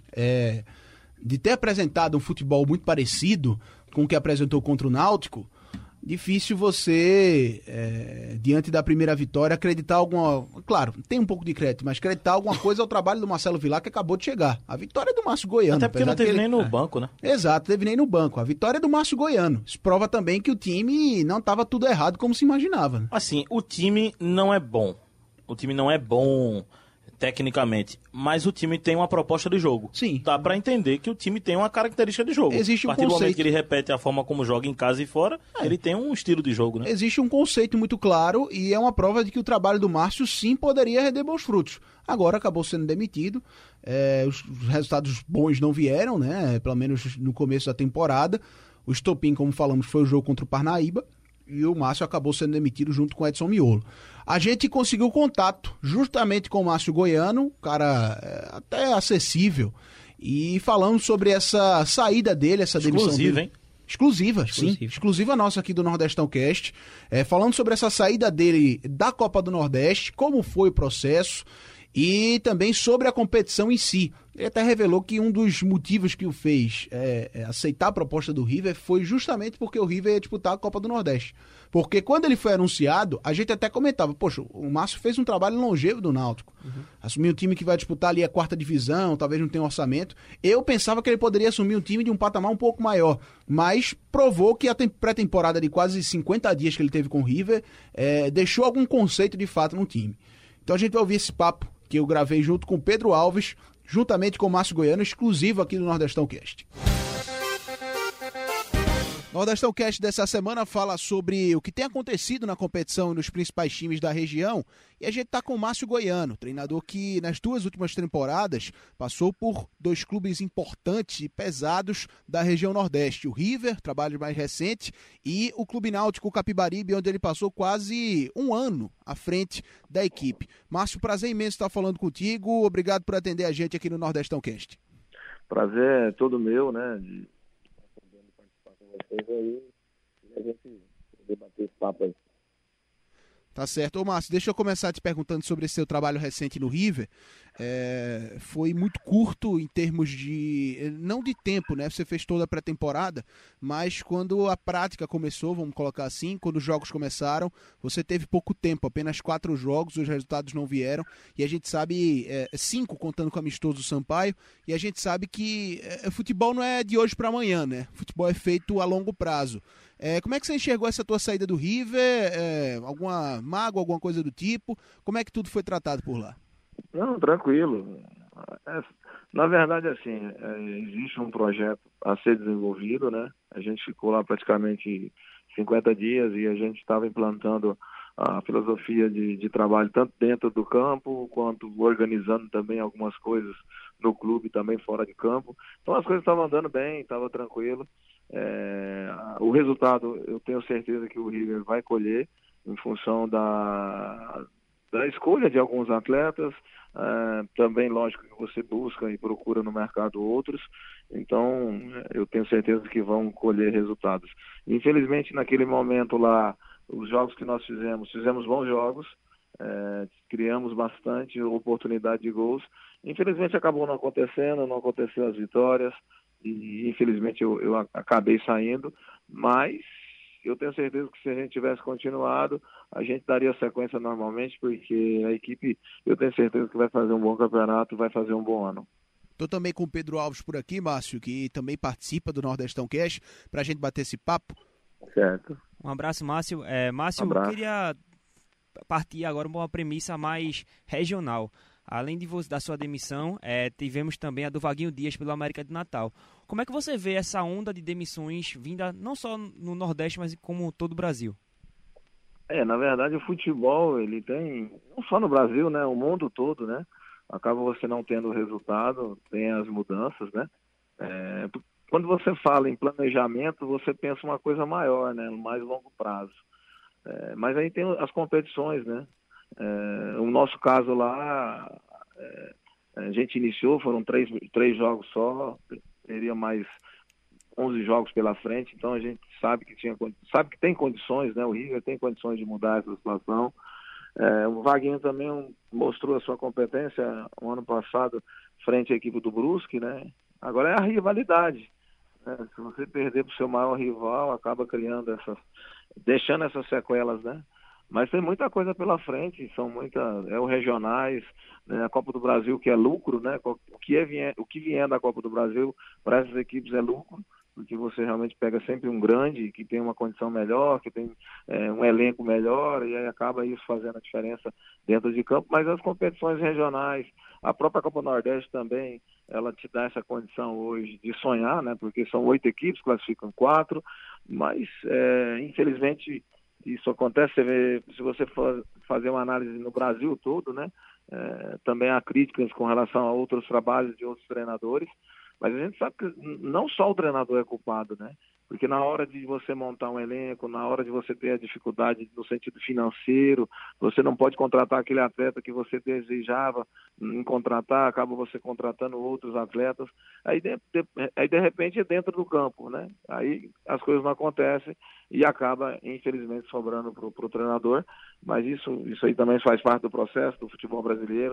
de ter apresentado um futebol muito parecido com o que apresentou contra o Náutico, difícil você, diante da primeira vitória, acreditar alguma... Claro, tem um pouco de crédito, mas acreditar alguma coisa ao trabalho do Marcelo Vilar, que acabou de chegar. A vitória é do Márcio Goiano. Até porque não teve nem no banco, né? Exato, teve nem no banco. A vitória é do Márcio Goiano. Isso prova também que o time não estava tudo errado como se imaginava. Né? Assim, o time não é bom. O time não é bom tecnicamente, mas o time tem uma proposta de jogo. Sim. Dá pra entender que o time tem uma característica de jogo. Existe um conceito. A partir do momento conceito. que ele repete a forma como joga em casa e fora, ele tem um estilo de jogo, né? Existe um conceito muito claro e é uma prova de que o trabalho do Márcio sim poderia render bons frutos. Agora acabou sendo demitido, os resultados bons não vieram, né? Pelo menos no começo da temporada. O estopim, como falamos, foi o jogo contra o Parnaíba. E o Márcio acabou sendo demitido junto com o Edson Miolo. A gente conseguiu contato justamente com o Márcio Goiano, cara até acessível, e falando sobre essa saída dele, essa demissão dele. Hein? Exclusiva, sim. Exclusiva nossa aqui do Nordestão Cast. Falando sobre essa saída dele da Copa do Nordeste, como foi o processo e também sobre a competição em si. Ele até revelou que um dos motivos que o fez aceitar a proposta do River foi justamente porque o River ia disputar a Copa do Nordeste. Porque quando ele foi anunciado, a gente até comentava, poxa, o Márcio fez um trabalho longevo do Náutico. Assumiu um time que vai disputar ali a 4ª divisão, talvez não tenha orçamento. Eu pensava que ele poderia assumir um time de um patamar um pouco maior, mas provou que a pré-temporada de quase 50 dias que ele teve com o River deixou algum conceito de fato no time. Então a gente vai ouvir esse papo que eu gravei junto com o Pedro Alves, juntamente com o Márcio Goiano, exclusivo aqui do Nordestão Cast. O Nordestão Cast dessa semana fala sobre o que tem acontecido na competição e nos principais times da região, e a gente está com o Márcio Goiano, treinador que nas 2 últimas temporadas passou por 2 clubes importantes e pesados da região Nordeste, o River, trabalho mais recente, e o Clube Náutico Capibaribe, onde ele passou quase um ano à frente da equipe. Márcio, prazer imenso estar falando contigo, obrigado por atender a gente aqui no Nordestão Cast. Prazer é todo meu, né, de participar com vocês aí, e a gente debater esse papo aí. Tá certo. Ô Márcio, deixa eu começar te perguntando sobre esse seu trabalho recente no River. Foi muito curto em termos de... não de tempo, né? Você fez toda a pré-temporada, mas quando a prática começou, vamos colocar assim, quando os jogos começaram, você teve pouco tempo, apenas 4 jogos, os resultados não vieram, e a gente sabe, 5 contando com o amistoso do Sampaio, e a gente sabe que futebol não é de hoje para amanhã, né? Futebol é feito a longo prazo. Como é que você enxergou essa tua saída do River? Alguma mágoa, alguma coisa do tipo? Como é que tudo foi tratado por lá? Não, tranquilo. Na verdade, assim, existe um projeto a ser desenvolvido, né? A gente ficou lá praticamente 50 dias e a gente estava implantando a filosofia de trabalho tanto dentro do campo quanto organizando também algumas coisas no clube, também fora de campo. Então as coisas estavam andando bem, estava tranquilo. O resultado eu tenho certeza que o River vai colher em função da escolha de alguns atletas, também lógico que você busca e procura no mercado outros, então eu tenho certeza que vão colher resultados. Infelizmente naquele momento lá, os jogos que nós fizemos bons jogos, criamos bastante oportunidade de gols, infelizmente acabou não aconteceu as vitórias, e infelizmente eu acabei saindo, mas eu tenho certeza que se a gente tivesse continuado, a gente daria sequência normalmente, porque a equipe, eu tenho certeza que vai fazer um bom campeonato, vai fazer um bom ano. Estou também com o Pedro Alves por aqui, Márcio, que também participa do Nordestão Cast, para a gente bater esse papo. Certo. Um abraço, Márcio. Márcio, Um abraço. Eu queria partir agora para uma premissa mais regional. Além da sua demissão, tivemos também a do Vaguinho Dias pelo América de Natal. Como é que você vê essa onda de demissões vinda não só no Nordeste, mas como todo o Brasil? Na verdade o futebol, ele tem, não só no Brasil, né, o mundo todo, né, acaba você não tendo resultado, tem as mudanças, né. Quando você fala em planejamento, você pensa uma coisa maior, né, no mais longo prazo. Mas aí tem as competições, né. O nosso caso lá, a gente iniciou, foram 3 jogos só, teria mais 11 jogos pela frente, então a gente sabe que tem condições, né? O River tem condições de mudar essa situação. O Vaguinho também mostrou a sua competência no ano passado frente à equipe do Brusque, né? Agora é a rivalidade, né? Se você perder para o seu maior rival, acaba deixando essas sequelas, né? Mas tem muita coisa pela frente, é o regionais, né, a Copa do Brasil, que é lucro, né? O que vier da Copa do Brasil para essas equipes é lucro, porque você realmente pega sempre um grande que tem uma condição melhor, que tem um elenco melhor, e aí acaba isso fazendo a diferença dentro de campo. Mas as competições regionais, a própria Copa Nordeste também, ela te dá essa condição hoje de sonhar, né? Porque são 8 equipes, classificam 4, mas infelizmente isso acontece. Se você for fazer uma análise no Brasil todo, né? Também há críticas com relação a outros trabalhos de outros treinadores, mas a gente sabe que não só o treinador é culpado, né? Porque na hora de você montar um elenco, na hora de você ter a dificuldade no sentido financeiro, você não pode contratar aquele atleta que você desejava em contratar, acaba você contratando outros atletas, aí de repente é dentro do campo, né? Aí as coisas não acontecem e acaba, infelizmente, sobrando para o treinador, mas isso aí também faz parte do processo do futebol brasileiro.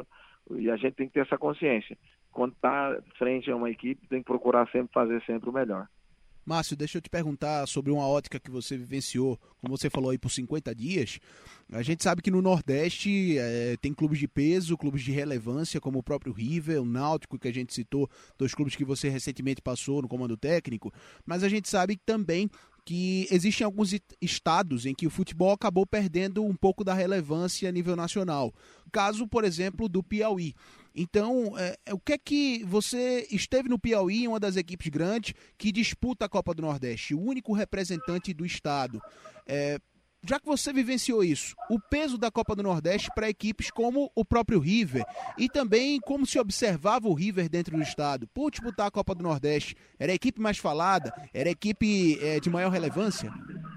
E a gente tem que ter essa consciência. Quando está frente a uma equipe, tem que procurar sempre fazer sempre o melhor. Márcio, deixa eu te perguntar sobre uma ótica que você vivenciou, como você falou aí, por 50 dias. A gente sabe que no Nordeste tem clubes de peso, clubes de relevância, como o próprio River, o Náutico, que a gente citou, 2 clubes que você recentemente passou no comando técnico, mas a gente sabe também que existem alguns estados em que o futebol acabou perdendo um pouco da relevância a nível nacional. Caso, por exemplo, do Piauí. Então, o que é que você esteve no Piauí, uma das equipes grandes que disputa a Copa do Nordeste, o único representante do estado. Já que você vivenciou isso, o peso da Copa do Nordeste para equipes como o próprio River e também como se observava o River dentro do estado, por disputar a Copa do Nordeste, era a equipe mais falada, era a equipe de maior relevância?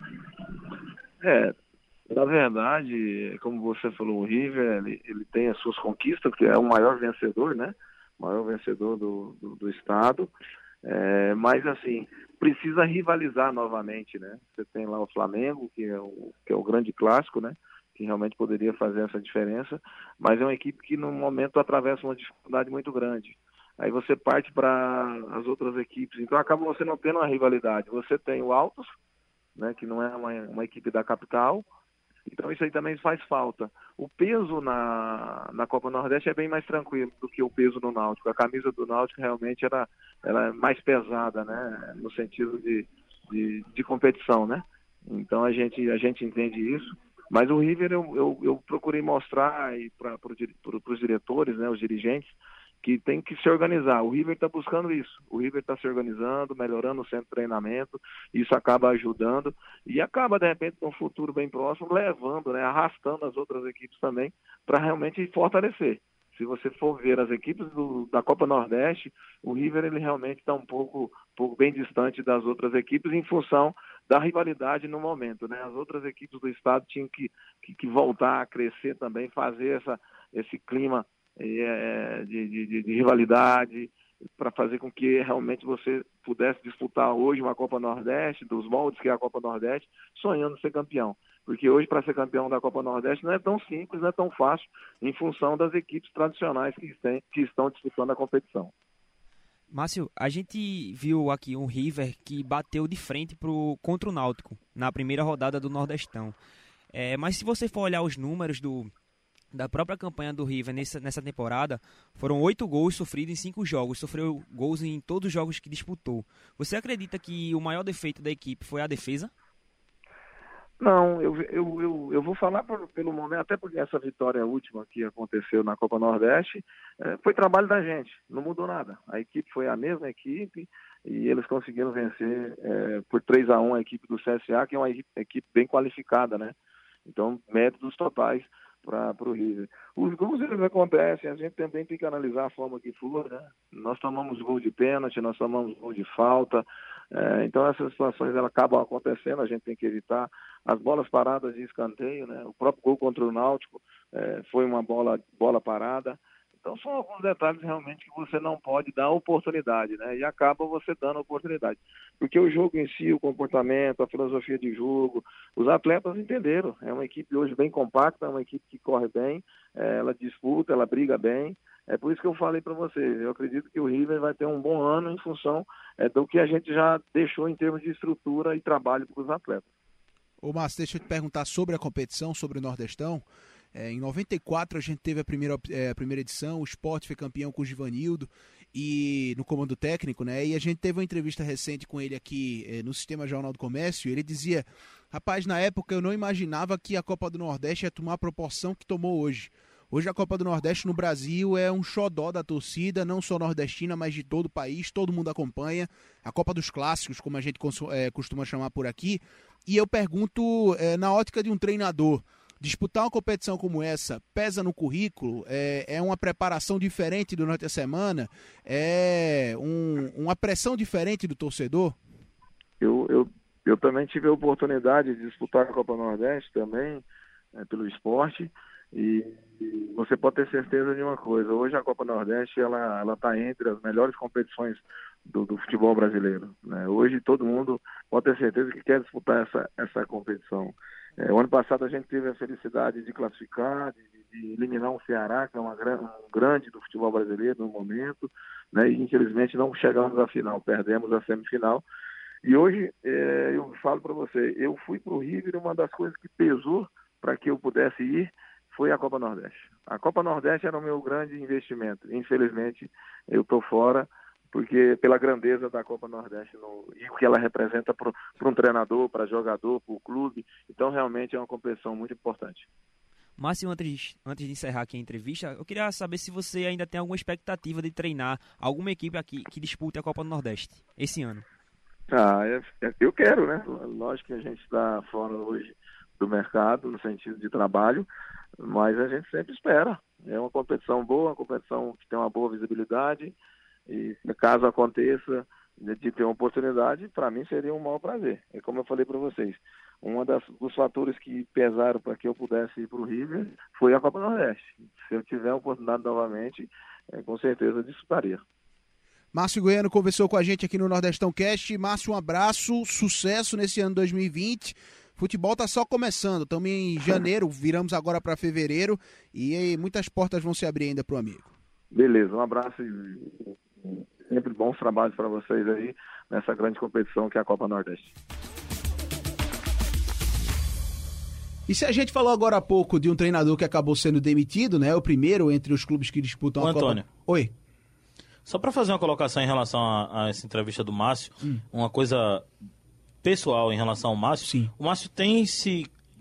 Na verdade, como você falou, o River ele tem as suas conquistas, porque é o maior vencedor, né? O maior vencedor do estado. Mas assim, precisa rivalizar novamente, né? Você tem lá o Flamengo, que é o grande clássico, né? Que realmente poderia fazer essa diferença, mas é uma equipe que no momento atravessa uma dificuldade muito grande. Aí você parte para as outras equipes, então acaba você não tendo uma rivalidade. Você tem o Altos, né? Que não é uma equipe da capital. Então isso aí também faz falta. O peso na Copa Nordeste é bem mais tranquilo do que o peso no Náutico. A camisa do Náutico realmente ela é mais pesada, né? No sentido de competição, né? Então a gente entende isso. Mas o River eu procurei mostrar para os diretores, né, os dirigentes, que tem que se organizar. O River está buscando isso. O River está se organizando, melhorando o centro de treinamento. Isso acaba ajudando e acaba, de repente, no futuro bem próximo, levando, né, arrastando as outras equipes também para realmente fortalecer. Se você for ver as equipes da Copa Nordeste, o River ele realmente está um pouco bem distante das outras equipes em função da rivalidade no momento, né? As outras equipes do estado tinham que voltar a crescer também, fazer esse clima de rivalidade, para fazer com que realmente você pudesse disputar hoje uma Copa Nordeste, dos moldes que é a Copa Nordeste, sonhando ser campeão. Porque hoje, para ser campeão da Copa Nordeste, não é tão simples, não é tão fácil, em função das equipes tradicionais que estão disputando a competição. Márcio, a gente viu aqui um River que bateu de frente contra o Náutico na primeira rodada do Nordestão. Mas se você for olhar os números da própria campanha do River nessa temporada, foram 8 gols sofridos em 5 jogos, sofreu gols em todos os jogos que disputou. Você acredita que o maior defeito da equipe foi a defesa? Não, eu vou falar pelo momento, até porque essa vitória última que aconteceu na Copa Nordeste foi trabalho da gente, não mudou nada. A equipe foi a mesma equipe e eles conseguiram vencer por 3-1 a equipe do CSA, que é uma equipe bem qualificada, né? Então, méritos totais para o River. Os gols eles acontecem, a gente também tem que analisar a forma que for, né? Nós tomamos gol de pênalti, nós tomamos gol de falta, então essas situações elas acabam acontecendo, a gente tem que evitar. As bolas paradas de escanteio, né? O próprio gol contra o Náutico foi uma bola parada. Então são alguns detalhes realmente que você não pode dar oportunidade, né? E acaba você dando oportunidade. Porque o jogo em si, o comportamento, a filosofia de jogo, os atletas entenderam. É uma equipe hoje bem compacta, é uma equipe que corre bem, ela disputa, ela briga bem. É por isso que eu falei para você, eu acredito que o River vai ter um bom ano em função do que a gente já deixou em termos de estrutura e trabalho para os atletas. Ô Márcio, deixa eu te perguntar sobre a competição, sobre o Nordestão. Em 94 a gente teve a primeira edição, o Sport foi campeão com o Givanildo e no comando técnico, né? E a gente teve uma entrevista recente com ele aqui no Sistema Jornal do Comércio, e ele dizia: rapaz, na época eu não imaginava que a Copa do Nordeste ia tomar a proporção que tomou hoje. Hoje a Copa do Nordeste no Brasil é um xodó da torcida, não só nordestina, mas de todo o país, todo mundo acompanha. A Copa dos Clássicos, como a gente costuma chamar por aqui. E eu pergunto, na ótica de um treinador, disputar uma competição como essa pesa no currículo? É uma preparação diferente durante a semana? É uma pressão diferente do torcedor? Eu também tive a oportunidade de disputar a Copa Nordeste também, pelo esporte, e você pode ter certeza de uma coisa: hoje a Copa Nordeste ela está entre as melhores competições do futebol brasileiro, né? Hoje todo mundo pode ter certeza que quer disputar essa competição. O ano passado a gente teve a felicidade de classificar, de eliminar um Ceará, que é um grande do futebol brasileiro no momento, né? E infelizmente não chegamos à final, perdemos a semifinal. E hoje, eu falo para você, eu fui para o River e uma das coisas que pesou para que eu pudesse ir foi a Copa Nordeste. A Copa Nordeste era o meu grande investimento. Infelizmente, eu estou fora, porque pela grandeza da Copa Nordeste e o que ela representa para um treinador, para jogador, para o clube. Então, realmente é uma competição muito importante. Márcio, antes de encerrar aqui a entrevista, eu queria saber se você ainda tem alguma expectativa de treinar alguma equipe aqui que dispute a Copa do Nordeste esse ano. Eu quero, né? Lógico que a gente está fora hoje do mercado, no sentido de trabalho, mas a gente sempre espera. É uma competição boa, uma competição que tem uma boa visibilidade, e caso aconteça de ter uma oportunidade, para mim seria um maior prazer. E como eu falei para vocês, dos fatores que pesaram para que eu pudesse ir para o River foi a Copa Nordeste. Se eu tiver a oportunidade novamente, com certeza disputaria. Márcio Goiano conversou com a gente aqui no Nordestão Cast. Márcio, um abraço, sucesso nesse ano 2020. Futebol tá só começando, estamos em janeiro, viramos agora para fevereiro e aí muitas portas vão se abrir ainda pro amigo. Beleza, um abraço e sempre bons trabalhos para vocês aí nessa grande competição que é a Copa Nordeste. E se a gente falou agora há pouco de um treinador que acabou sendo demitido, né? O primeiro entre os clubes que disputam a Antônio. Copa... Oi. Só para fazer uma colocação em relação a essa entrevista do Márcio, uma coisa pessoal em relação ao Márcio. Sim. O Márcio tem se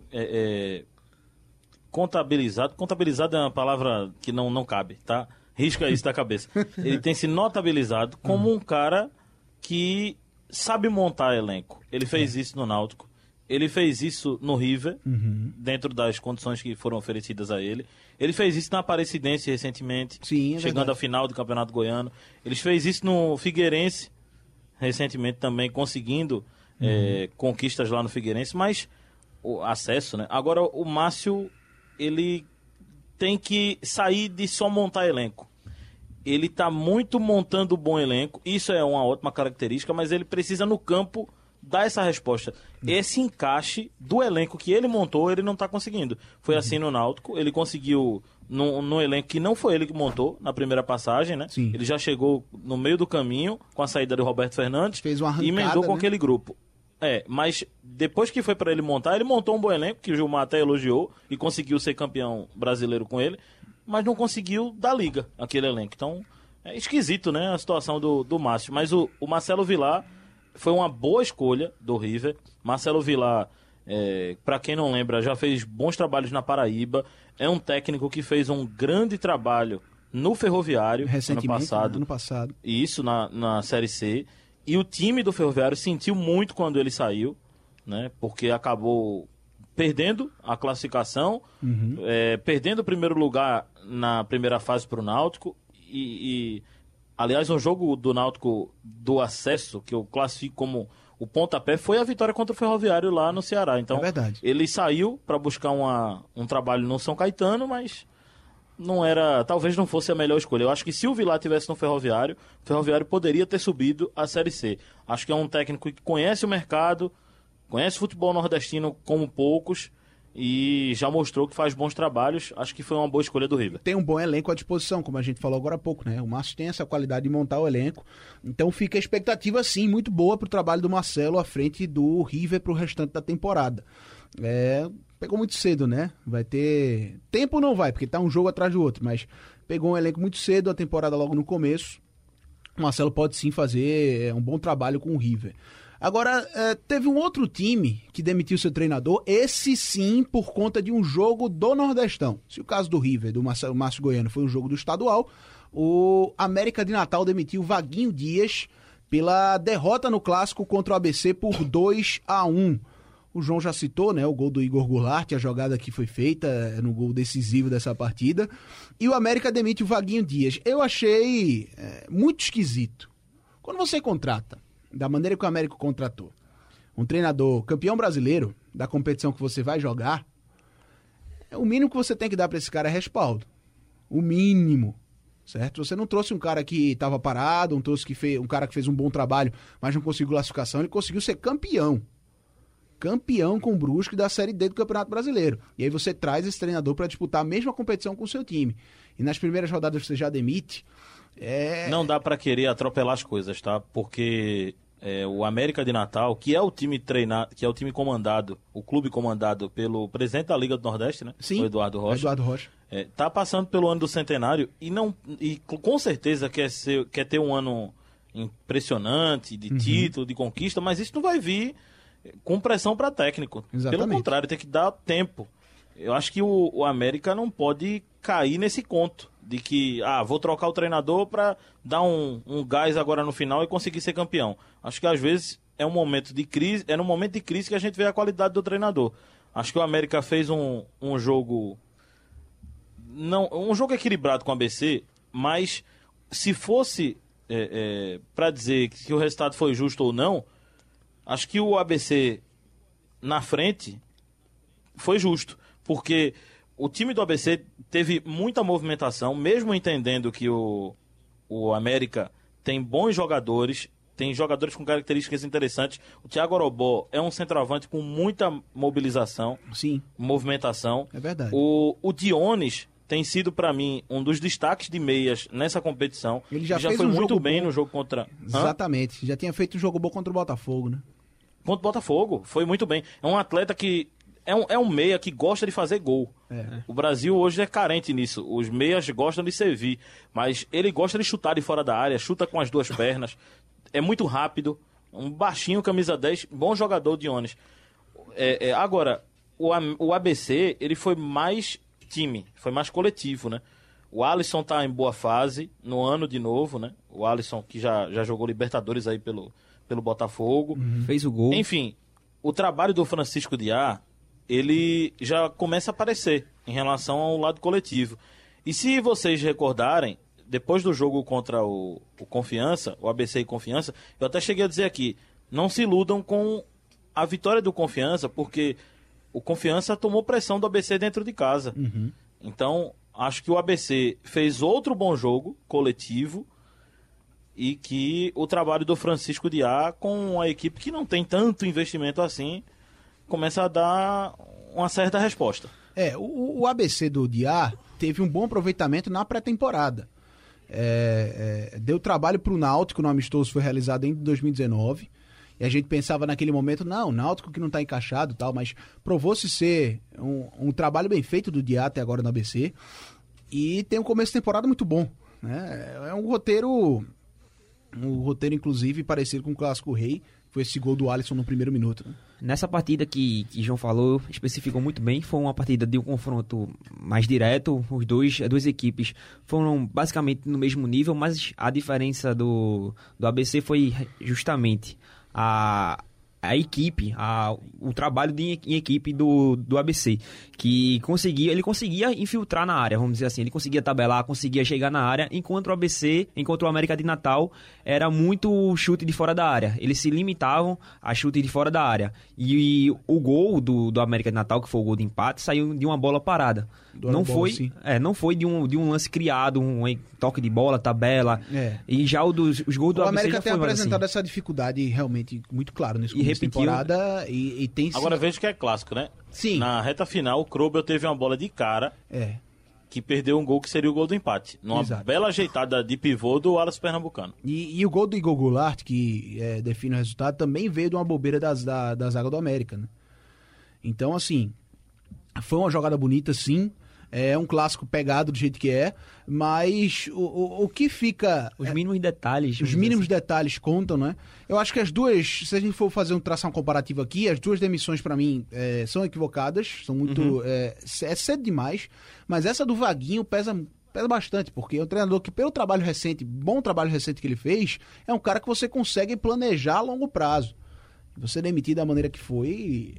contabilizado é uma palavra que não cabe, tá? Risca isso da cabeça. Ele tem se notabilizado como um cara que sabe montar elenco. Ele fez isso no Náutico, ele fez isso no River, dentro das condições que foram oferecidas a ele. Ele fez isso na Aparecidense recentemente, chegando à final do Campeonato Goiano. Ele fez isso no Figueirense recentemente também, conseguindo conquistas lá no Figueirense, mas o acesso, né? Agora o Márcio, ele tem que sair de só montar elenco. Ele está muito montando um bom elenco, isso é uma ótima característica, mas ele precisa no campo dar essa resposta. Esse encaixe do elenco que ele montou, ele não está conseguindo. Foi assim no Náutico, ele conseguiu no elenco que não foi ele que montou na primeira passagem, né? Sim. Ele já chegou no meio do caminho com a saída do Roberto Fernandes, fez uma arrancada, e emendou com né? aquele grupo. Mas depois que foi para ele montar, ele montou um bom elenco, que o Gilmar até elogiou, e conseguiu ser campeão brasileiro com ele, mas não conseguiu dar liga aquele elenco. Então, é esquisito, né, a situação do Márcio. Mas o Marcelo Vilar foi uma boa escolha do River. Marcelo Vilar, para quem não lembra, já fez bons trabalhos na Paraíba. É um técnico que fez um grande trabalho no Ferroviário ano passado. E isso na Série C. E o time do Ferroviário sentiu muito quando ele saiu, né? Porque acabou perdendo a classificação, perdendo o primeiro lugar na primeira fase para o Náutico. Aliás, um jogo do Náutico do acesso, que eu classifico como o pontapé, foi a vitória contra o Ferroviário lá no Ceará. Então, ele saiu para buscar um trabalho no São Caetano, mas talvez não fosse a melhor escolha. Eu acho que se o Vilar tivesse no Ferroviário, o Ferroviário poderia ter subido a Série C. Acho que é um técnico que conhece o mercado, conhece o futebol nordestino como poucos, e já mostrou que faz bons trabalhos. Acho que foi uma boa escolha do River. Tem um bom elenco à disposição, como a gente falou agora há pouco, né? O Márcio tem essa qualidade de montar o elenco. Então fica a expectativa, sim, muito boa pro trabalho do Marcelo à frente do River pro restante da temporada. Pegou muito cedo, né? Vai ter... Tempo não vai, porque tá um jogo atrás do outro, mas pegou um elenco muito cedo, a temporada logo no começo. O Marcelo pode sim fazer um bom trabalho com o River. Agora, teve um outro time que demitiu seu treinador, esse sim por conta de um jogo do Nordestão. Se o caso do River, do Márcio Goiano, foi um jogo do estadual, o América de Natal demitiu Vaguinho Dias pela derrota no clássico contra o ABC por 2-1. O João já citou, né, o gol do Igor Goulart, a jogada que foi feita no gol decisivo dessa partida. E o América demite o Vaguinho Dias. Eu achei muito esquisito. Quando você contrata, da maneira que o América contratou, um treinador campeão brasileiro da competição que você vai jogar, o mínimo que você tem que dar para esse cara é respaldo. O mínimo, certo? Você não trouxe um cara que estava parado, um cara que fez um bom trabalho, mas não conseguiu classificação, ele conseguiu ser campeão. campeão com o Brusque da Série D do Campeonato Brasileiro. E aí você traz esse treinador para disputar a mesma competição com o seu time. E nas primeiras rodadas você já demite. Não dá para querer atropelar as coisas, tá? Porque o América de Natal, que é o time treinado, que é o time comandado, o clube comandado pelo presidente da Liga do Nordeste, né? Sim, o Eduardo Rocha. Tá passando pelo ano do centenário e com certeza quer ter um ano impressionante de título, de conquista, mas isso não vai vir com pressão para técnico. Exatamente. Pelo contrário, tem que dar tempo. Eu acho que o América não pode cair nesse conto de que, vou trocar o treinador para dar um gás agora no final e conseguir ser campeão. Acho que às vezes é no momento de crise que a gente vê a qualidade do treinador. Acho que o América fez um jogo equilibrado com o ABC, mas se fosse para dizer que o resultado foi justo ou não, acho que o ABC na frente foi justo, porque o time do ABC teve muita movimentação, mesmo entendendo que o América tem bons jogadores, tem jogadores com características interessantes. O Thiago Orobó é um centroavante com muita mobilização, sim, movimentação. É verdade. O Dionis tem sido, para mim, um dos destaques de meias nessa competição. Ele já foi muito bem no jogo contra... Exatamente. Já tinha feito um jogo bom contra o Botafogo, né? Contra o Botafogo, foi muito bem. É um atleta que... É um meia que gosta de fazer gol. O Brasil hoje é carente nisso. Os meias gostam de servir. Mas ele gosta de chutar de fora da área, chuta com as duas pernas. É muito rápido. Um baixinho, camisa 10, bom jogador, Dionis. Agora, o ABC, ele foi mais time, foi mais coletivo, né? O Alisson tá em boa fase, no ano de novo, né? O Alisson que já jogou Libertadores aí pelo Botafogo. Fez o gol. Enfim, o trabalho do Francisco Diá, ele já começa a aparecer em relação ao lado coletivo. E se vocês recordarem, depois do jogo contra o Confiança, o ABC e Confiança, eu até cheguei a dizer aqui, não se iludam com a vitória do Confiança, porque o Confiança tomou pressão do ABC dentro de casa. Então, acho que o ABC fez outro bom jogo coletivo e que o trabalho do Francisco Diá com a equipe que não tem tanto investimento assim começa a dar uma certa resposta. O ABC do Diá teve um bom aproveitamento na pré-temporada. Deu trabalho para o Náutico, no amistoso foi realizado em 2019. E a gente pensava naquele momento, não, Náutico que não está encaixado e tal, mas provou-se ser um trabalho bem feito do Diá até agora no ABC. E tem um começo de temporada muito bom, né? É um roteiro inclusive parecido com o Clássico Rei, foi esse gol do Alisson no primeiro minuto, né? Nessa partida que João falou, especificou muito bem, foi uma partida de um confronto mais direto, as duas equipes foram basicamente no mesmo nível, mas a diferença do ABC foi justamente a equipe, o trabalho em equipe do ABC, que ele conseguia infiltrar na área, vamos dizer assim, ele conseguia tabelar, conseguia chegar na área, enquanto o América de Natal era muito chute de fora da área, eles se limitavam a chute de fora da área, e o gol do América de Natal, que foi o gol de empate, saiu de uma bola parada, não foi de um lance criado, um toque de bola, tabela, e já os gols do ABC América já tem apresentado assim. Essa dificuldade realmente muito claro nesse começo de temporada e tem sim. Agora veja que é clássico, né? Sim. Na reta final, o Krobel teve uma bola de cara que perdeu um gol que seria o gol do empate. Numa bela ajeitada de pivô do Alisson Pernambucano. E o gol do Igor Goulart, que define o resultado, também veio de uma bobeira da zaga do América, né? Então, assim, foi uma jogada bonita, sim. É um clássico pegado do jeito que é, mas o que fica... Os mínimos detalhes. Os mínimos detalhes contam, né? Eu acho que as duas, se a gente for traçar um comparativo aqui, as duas demissões pra mim são equivocadas, são muito... É cedo demais, mas essa do Vaguinho pesa bastante, porque é um treinador que, pelo bom trabalho recente que ele fez, é um cara que você consegue planejar a longo prazo. Você demitir da maneira que foi,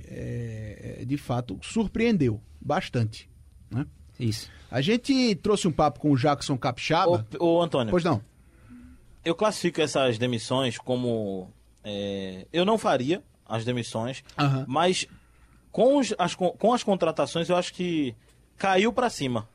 de fato, surpreendeu bastante, né? Isso. A gente trouxe um papo com o Jackson Capixaba. Ô Antônio. Pois não. Eu classifico essas demissões como... eu não faria as demissões, mas com as contratações eu acho que caiu para cima.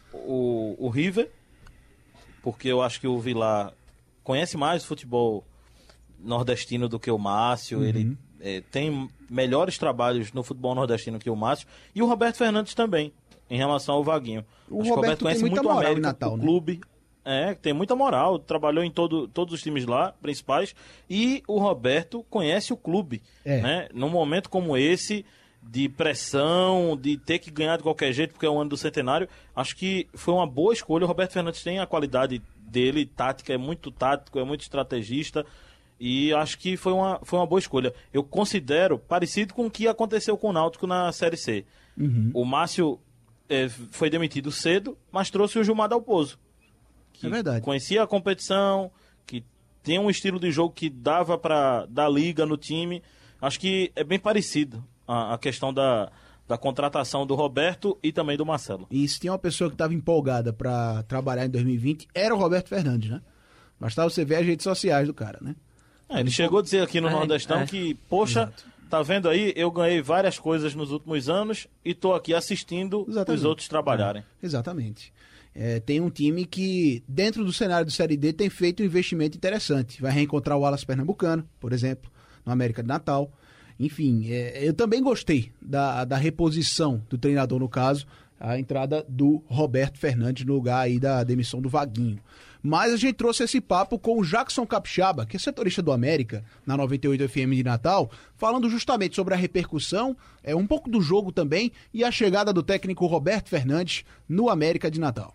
O River, porque eu acho que o Vilar conhece mais o futebol nordestino do que o Márcio, ele tem melhores trabalhos no futebol nordestino que o Márcio, e o Roberto Fernandes também, em relação ao Vaguinho. O Roberto conhece muito a América, em Natal, o clube. Tem muita moral, trabalhou em todos os times lá, principais, e o Roberto conhece o clube. Né? Num momento como esse, de pressão, de ter que ganhar de qualquer jeito, porque é o ano do centenário, acho que foi uma boa escolha. O Roberto Fernandes tem a qualidade dele, tática, é muito tático, é muito estrategista, e acho que foi uma boa escolha. Eu considero parecido com o que aconteceu com o Náutico na Série C. O Márcio foi demitido cedo, mas trouxe o Gilmar Dalpozo, que conhecia a competição, que tem um estilo de jogo que dava para dar liga no time. Acho que é bem parecido a questão da contratação do Roberto e também do Marcelo. E se tinha uma pessoa que estava empolgada para trabalhar em 2020, era o Roberto Fernandes, né? Bastava você ver as redes sociais do cara, né? Ele chegou a dizer aqui no Nordestão que, poxa, tá vendo aí, eu ganhei várias coisas nos últimos anos e tô aqui assistindo os outros trabalharem. Exatamente. Tem um time que, dentro do cenário do Série D, tem feito um investimento interessante. Vai reencontrar o Wallace Pernambucano, por exemplo, no América de Natal. Enfim, eu também gostei da reposição do treinador, no caso, a entrada do Roberto Fernandes no lugar aí da demissão do Vaguinho. Mas a gente trouxe esse papo com o Jackson Capixaba, que é setorista do América, na 98 FM de Natal, falando justamente sobre a repercussão, um pouco do jogo também, e a chegada do técnico Roberto Fernandes no América de Natal.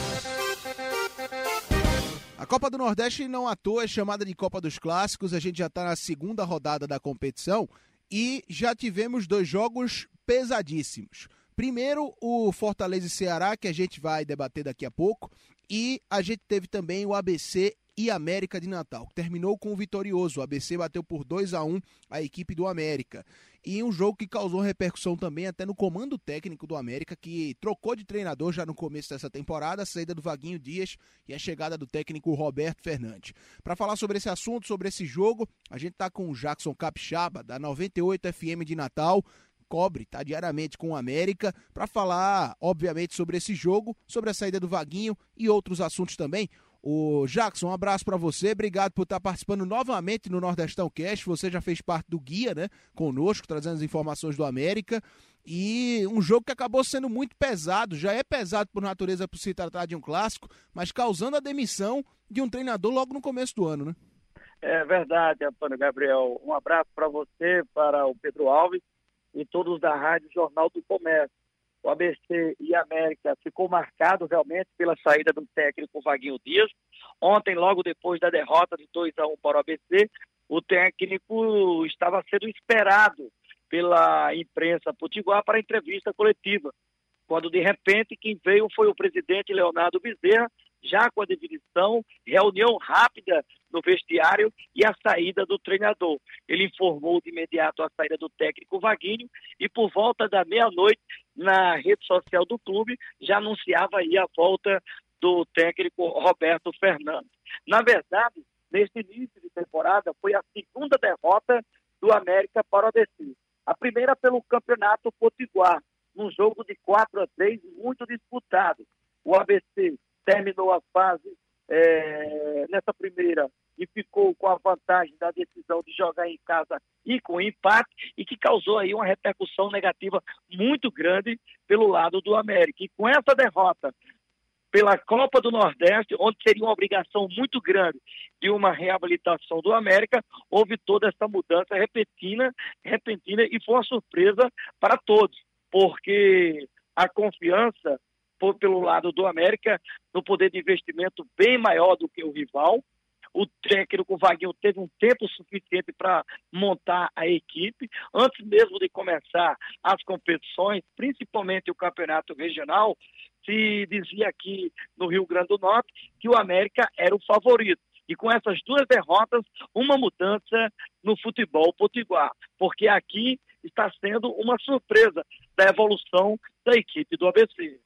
A Copa do Nordeste não à toa é chamada de Copa dos Clássicos, a gente já está na segunda rodada da competição e já tivemos 2 jogos pesadíssimos. Primeiro, o Fortaleza e Ceará, que a gente vai debater daqui a pouco, e a gente teve também o ABC e América de Natal, que terminou com o vitorioso. O ABC bateu por 2-1 a equipe do América. E um jogo que causou repercussão também até no comando técnico do América, que trocou de treinador já no começo dessa temporada, a saída do Vaguinho Dias e a chegada do técnico Roberto Fernandes. Para falar sobre esse assunto, sobre esse jogo, a gente está com o Jackson Capixaba, da 98 FM de Natal, tá diariamente com o América, para falar, obviamente, sobre esse jogo, sobre a saída do Vaguinho e outros assuntos também. O Jackson, um abraço para você, obrigado por estar participando novamente no Nordestão Cast, você já fez parte do guia, né, conosco, trazendo as informações do América, e um jogo que acabou sendo muito pesado, já é pesado por natureza por se tratar de um clássico, mas causando a demissão de um treinador logo no começo do ano, né? É verdade, Antônio Gabriel, um abraço para você, para o Pedro Alves, e todos da Rádio Jornal do Comércio. O ABC e América ficou marcado realmente pela saída do técnico Vaguinho Dias. Ontem, logo depois da derrota de 2-1 para o ABC, o técnico estava sendo esperado pela imprensa potiguar para a entrevista coletiva, quando de repente quem veio foi o presidente Leonardo Bezerra, já com a definição, reunião rápida no vestiário e a saída do treinador. Ele informou de imediato a saída do técnico Vaguinho e por volta da meia-noite, na rede social do clube, já anunciava aí a volta do técnico Roberto Fernandes. Na verdade, neste início de temporada, foi a segunda derrota do América para o ABC. A primeira pelo Campeonato Potiguar, num jogo de 4-3 muito disputado. O ABC terminou a fase nessa primeira e ficou com a vantagem da decisão de jogar em casa e com empate, e que causou aí uma repercussão negativa muito grande pelo lado do América. E com essa derrota pela Copa do Nordeste, onde seria uma obrigação muito grande de uma reabilitação do América, houve toda essa mudança repentina e foi uma surpresa para todos, porque a confiança pelo lado do América, no poder de investimento bem maior do que o rival. O técnico Vaguinho teve um tempo suficiente para montar a equipe. Antes mesmo de começar as competições, principalmente o campeonato regional, se dizia aqui no Rio Grande do Norte que o América era o favorito. E com essas 2 derrotas, uma mudança no futebol potiguar, porque aqui está sendo uma surpresa da evolução da equipe do ABC.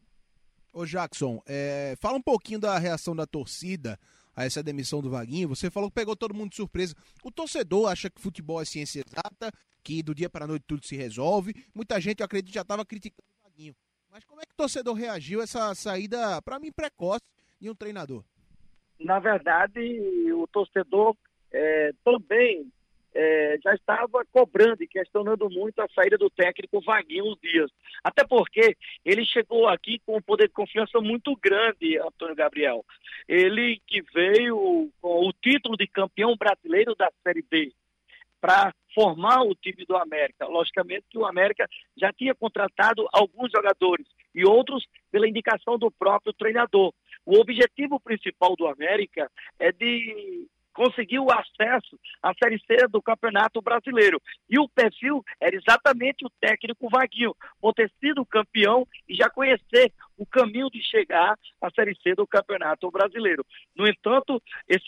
Ô Jackson, fala um pouquinho da reação da torcida a essa demissão do Vaguinho. Você falou que pegou todo mundo de surpresa. O torcedor acha que futebol é ciência exata, que do dia para a noite tudo se resolve. Muita gente, eu acredito, já estava criticando o Vaguinho. Mas como é que o torcedor reagiu a essa saída, para mim, precoce de um treinador? Na verdade, o torcedor também já estava cobrando e questionando muito a saída do técnico Vaguinho Dias. Até porque ele chegou aqui com um poder de confiança muito grande, Antônio Gabriel. Ele que veio com o título de campeão brasileiro da Série B para formar o time do América. Logicamente que o América já tinha contratado alguns jogadores e outros pela indicação do próprio treinador. O objetivo principal do América é de conseguir o acesso à Série C do Campeonato Brasileiro. E o perfil era exatamente o técnico Vaguinho, por ter sido campeão e já conhecer o caminho de chegar à Série C do Campeonato Brasileiro. No entanto,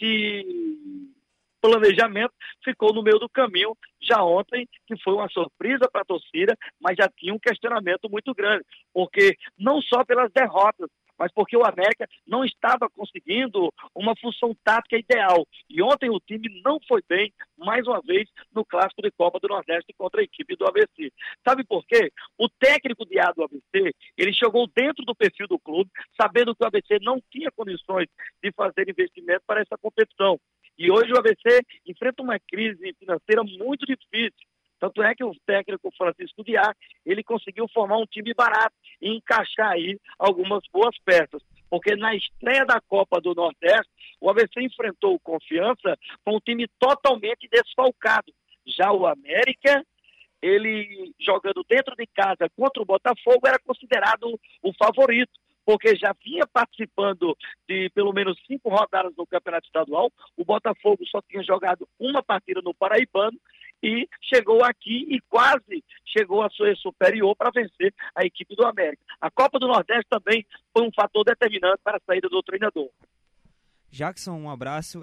esse planejamento ficou no meio do caminho já ontem, que foi uma surpresa para a torcida, mas já tinha um questionamento muito grande, porque não só pelas derrotas, mas porque o América não estava conseguindo uma função tática ideal. E ontem o time não foi bem, mais uma vez, no Clássico de Copa do Nordeste contra a equipe do ABC. Sabe por quê? O técnico de A do ABC, ele chegou dentro do perfil do clube, sabendo que o ABC não tinha condições de fazer investimento para essa competição. E hoje o ABC enfrenta uma crise financeira muito difícil. Tanto é que o técnico Francisco Diá, ele conseguiu formar um time barato e encaixar aí algumas boas peças. Porque na estreia da Copa do Nordeste, o ABC enfrentou o Confiança com um time totalmente desfalcado. Já o América, ele jogando dentro de casa contra o Botafogo, era considerado o favorito, porque já vinha participando de pelo menos 5 rodadas no Campeonato Estadual. O Botafogo só tinha jogado uma partida no Paraibano e chegou aqui e quase chegou a ser superior para vencer a equipe do América. A Copa do Nordeste também foi um fator determinante para a saída do treinador. Jackson, um abraço.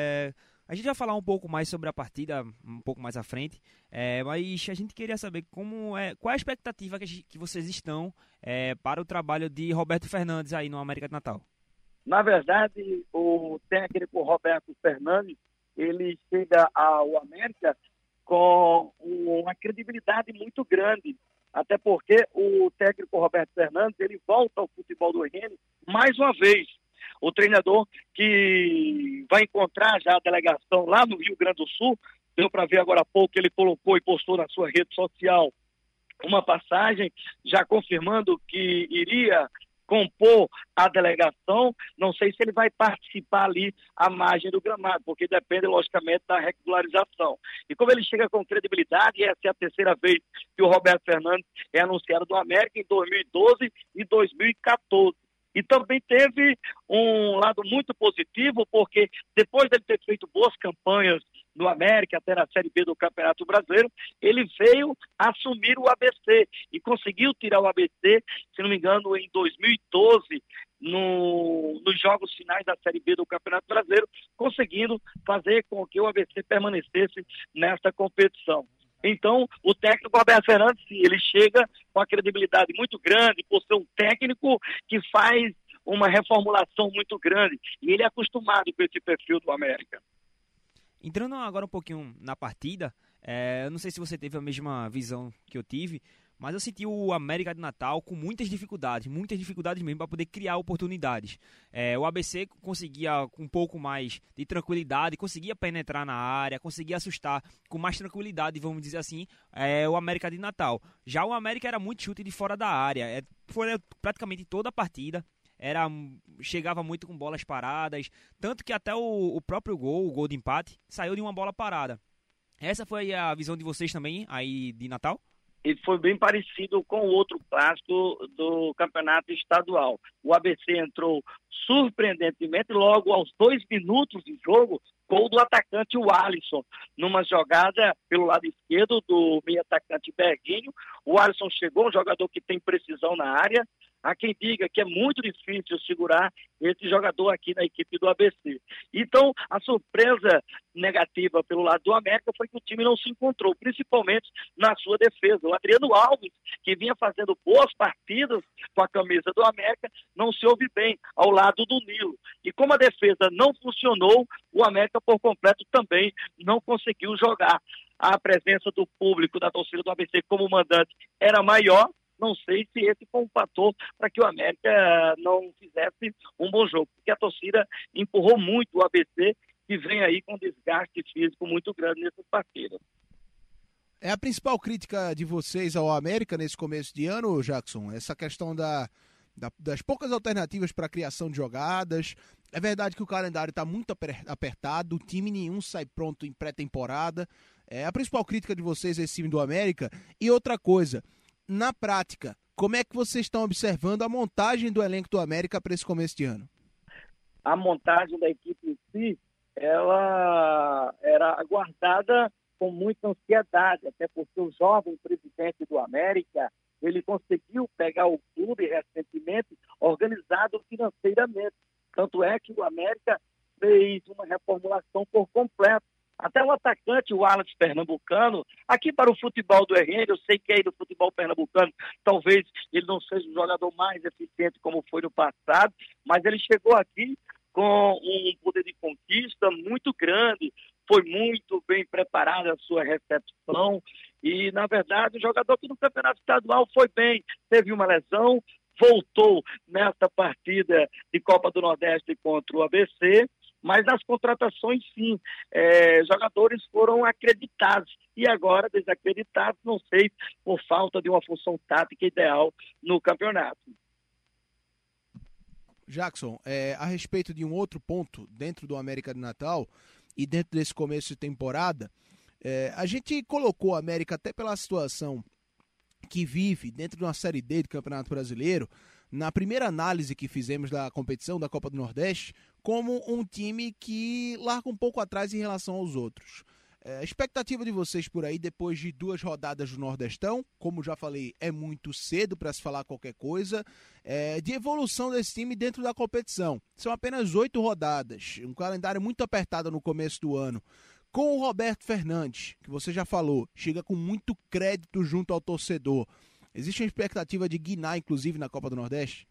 A gente vai falar um pouco mais sobre a partida um pouco mais à frente, mas a gente queria saber qual é a expectativa que vocês estão para o trabalho de Roberto Fernandes aí no América de Natal. Na verdade, o técnico Roberto Fernandes, ele chega ao América com uma credibilidade muito grande, até porque o técnico Roberto Fernandes, ele volta ao futebol do Rennes mais uma vez. O treinador que vai encontrar já a delegação lá no Rio Grande do Sul, deu para ver agora há pouco que ele colocou e postou na sua rede social uma passagem, já confirmando que iria compor a delegação. Não sei se ele vai participar ali à margem do gramado, porque depende, logicamente, da regularização. E como ele chega com credibilidade, essa é a terceira vez que o Roberto Fernandes é anunciado do América, em 2012 e 2014. E também teve um lado muito positivo, porque depois dele ter feito boas campanhas no América, até na Série B do Campeonato Brasileiro, ele veio assumir o ABC e conseguiu tirar o ABC, se não me engano, em 2012, nos jogos finais da Série B do Campeonato Brasileiro, conseguindo fazer com que o ABC permanecesse nesta competição. Então, o técnico Roberto Fernandes, sim, ele chega com uma credibilidade muito grande, por ser um técnico que faz uma reformulação muito grande. E ele é acostumado com esse perfil do América. Entrando agora um pouquinho na partida, eu não sei se você teve a mesma visão que eu tive, mas eu senti o América de Natal com muitas dificuldades mesmo para poder criar oportunidades. O ABC conseguia com um pouco mais de tranquilidade, conseguia penetrar na área, conseguia assustar com mais tranquilidade, vamos dizer assim, o América de Natal. Já o América era muito chute de fora da área, foi praticamente toda a partida. Chegava muito com bolas paradas, tanto que até o próprio gol, o gol de empate, saiu de uma bola parada. Essa foi a visão de vocês também aí de Natal? E foi bem parecido com o outro clássico do campeonato estadual. O ABC entrou surpreendentemente logo aos 2 minutos de jogo, gol do atacante o Alisson, numa jogada pelo lado esquerdo do meio atacante Berguinho. O Alisson chegou, um jogador que tem precisão na área. Há quem diga que é muito difícil segurar esse jogador aqui na equipe do ABC. Então, a surpresa negativa pelo lado do América foi que o time não se encontrou, principalmente na sua defesa. O Adriano Alves, que vinha fazendo boas partidas com a camisa do América, não se ouve bem ao lado do Nilo. E como a defesa não funcionou, o América por completo também não conseguiu jogar. A presença do público, da torcida do ABC como mandante era maior. Não sei se esse foi um fator para que o América não fizesse um bom jogo, porque a torcida empurrou muito o ABC que vem aí com das físico muito grande nessas partidas. É a principal crítica de vocês ao América nesse começo de ano, Jackson? Essa questão das poucas alternativas para a criação de jogadas. É verdade que o calendário está muito apertado, o time nenhum sai pronto em pré-temporada. É a principal crítica de vocês esse time do América. E outra coisa, na prática, como é que vocês estão observando a montagem do elenco do América para esse começo de ano? A montagem da equipe em si, ela era aguardada com muita ansiedade, até porque o jovem presidente do América, ele conseguiu pegar o clube recentemente organizado financeiramente. Tanto é que o América fez uma reformulação por completo. Até o atacante, o Wallace Pernambucano, aqui para o futebol do RN, eu sei que aí do futebol pernambucano, talvez ele não seja o jogador mais eficiente como foi no passado, mas ele chegou aqui com um poder de conquista muito grande, foi muito bem preparada a sua recepção e, na verdade, o jogador que no campeonato estadual foi bem, teve uma lesão, voltou nessa partida de Copa do Nordeste contra o ABC, mas nas contratações, sim, jogadores foram acreditados e agora desacreditados, não sei, por falta de uma função tática ideal no campeonato. Jackson, a respeito de um outro ponto dentro do América de Natal e dentro desse começo de temporada, a gente colocou a América até pela situação que vive dentro de uma Série D do Campeonato Brasileiro, na primeira análise que fizemos da competição da Copa do Nordeste, como um time que larga um pouco atrás em relação aos outros. A expectativa de vocês por aí, depois de 2 rodadas do Nordestão, como já falei, é muito cedo para se falar qualquer coisa, de evolução desse time dentro da competição. São apenas 8 rodadas, um calendário muito apertado no começo do ano. Com o Roberto Fernandes, que você já falou, chega com muito crédito junto ao torcedor. Existe uma expectativa de guinar, inclusive, na Copa do Nordeste?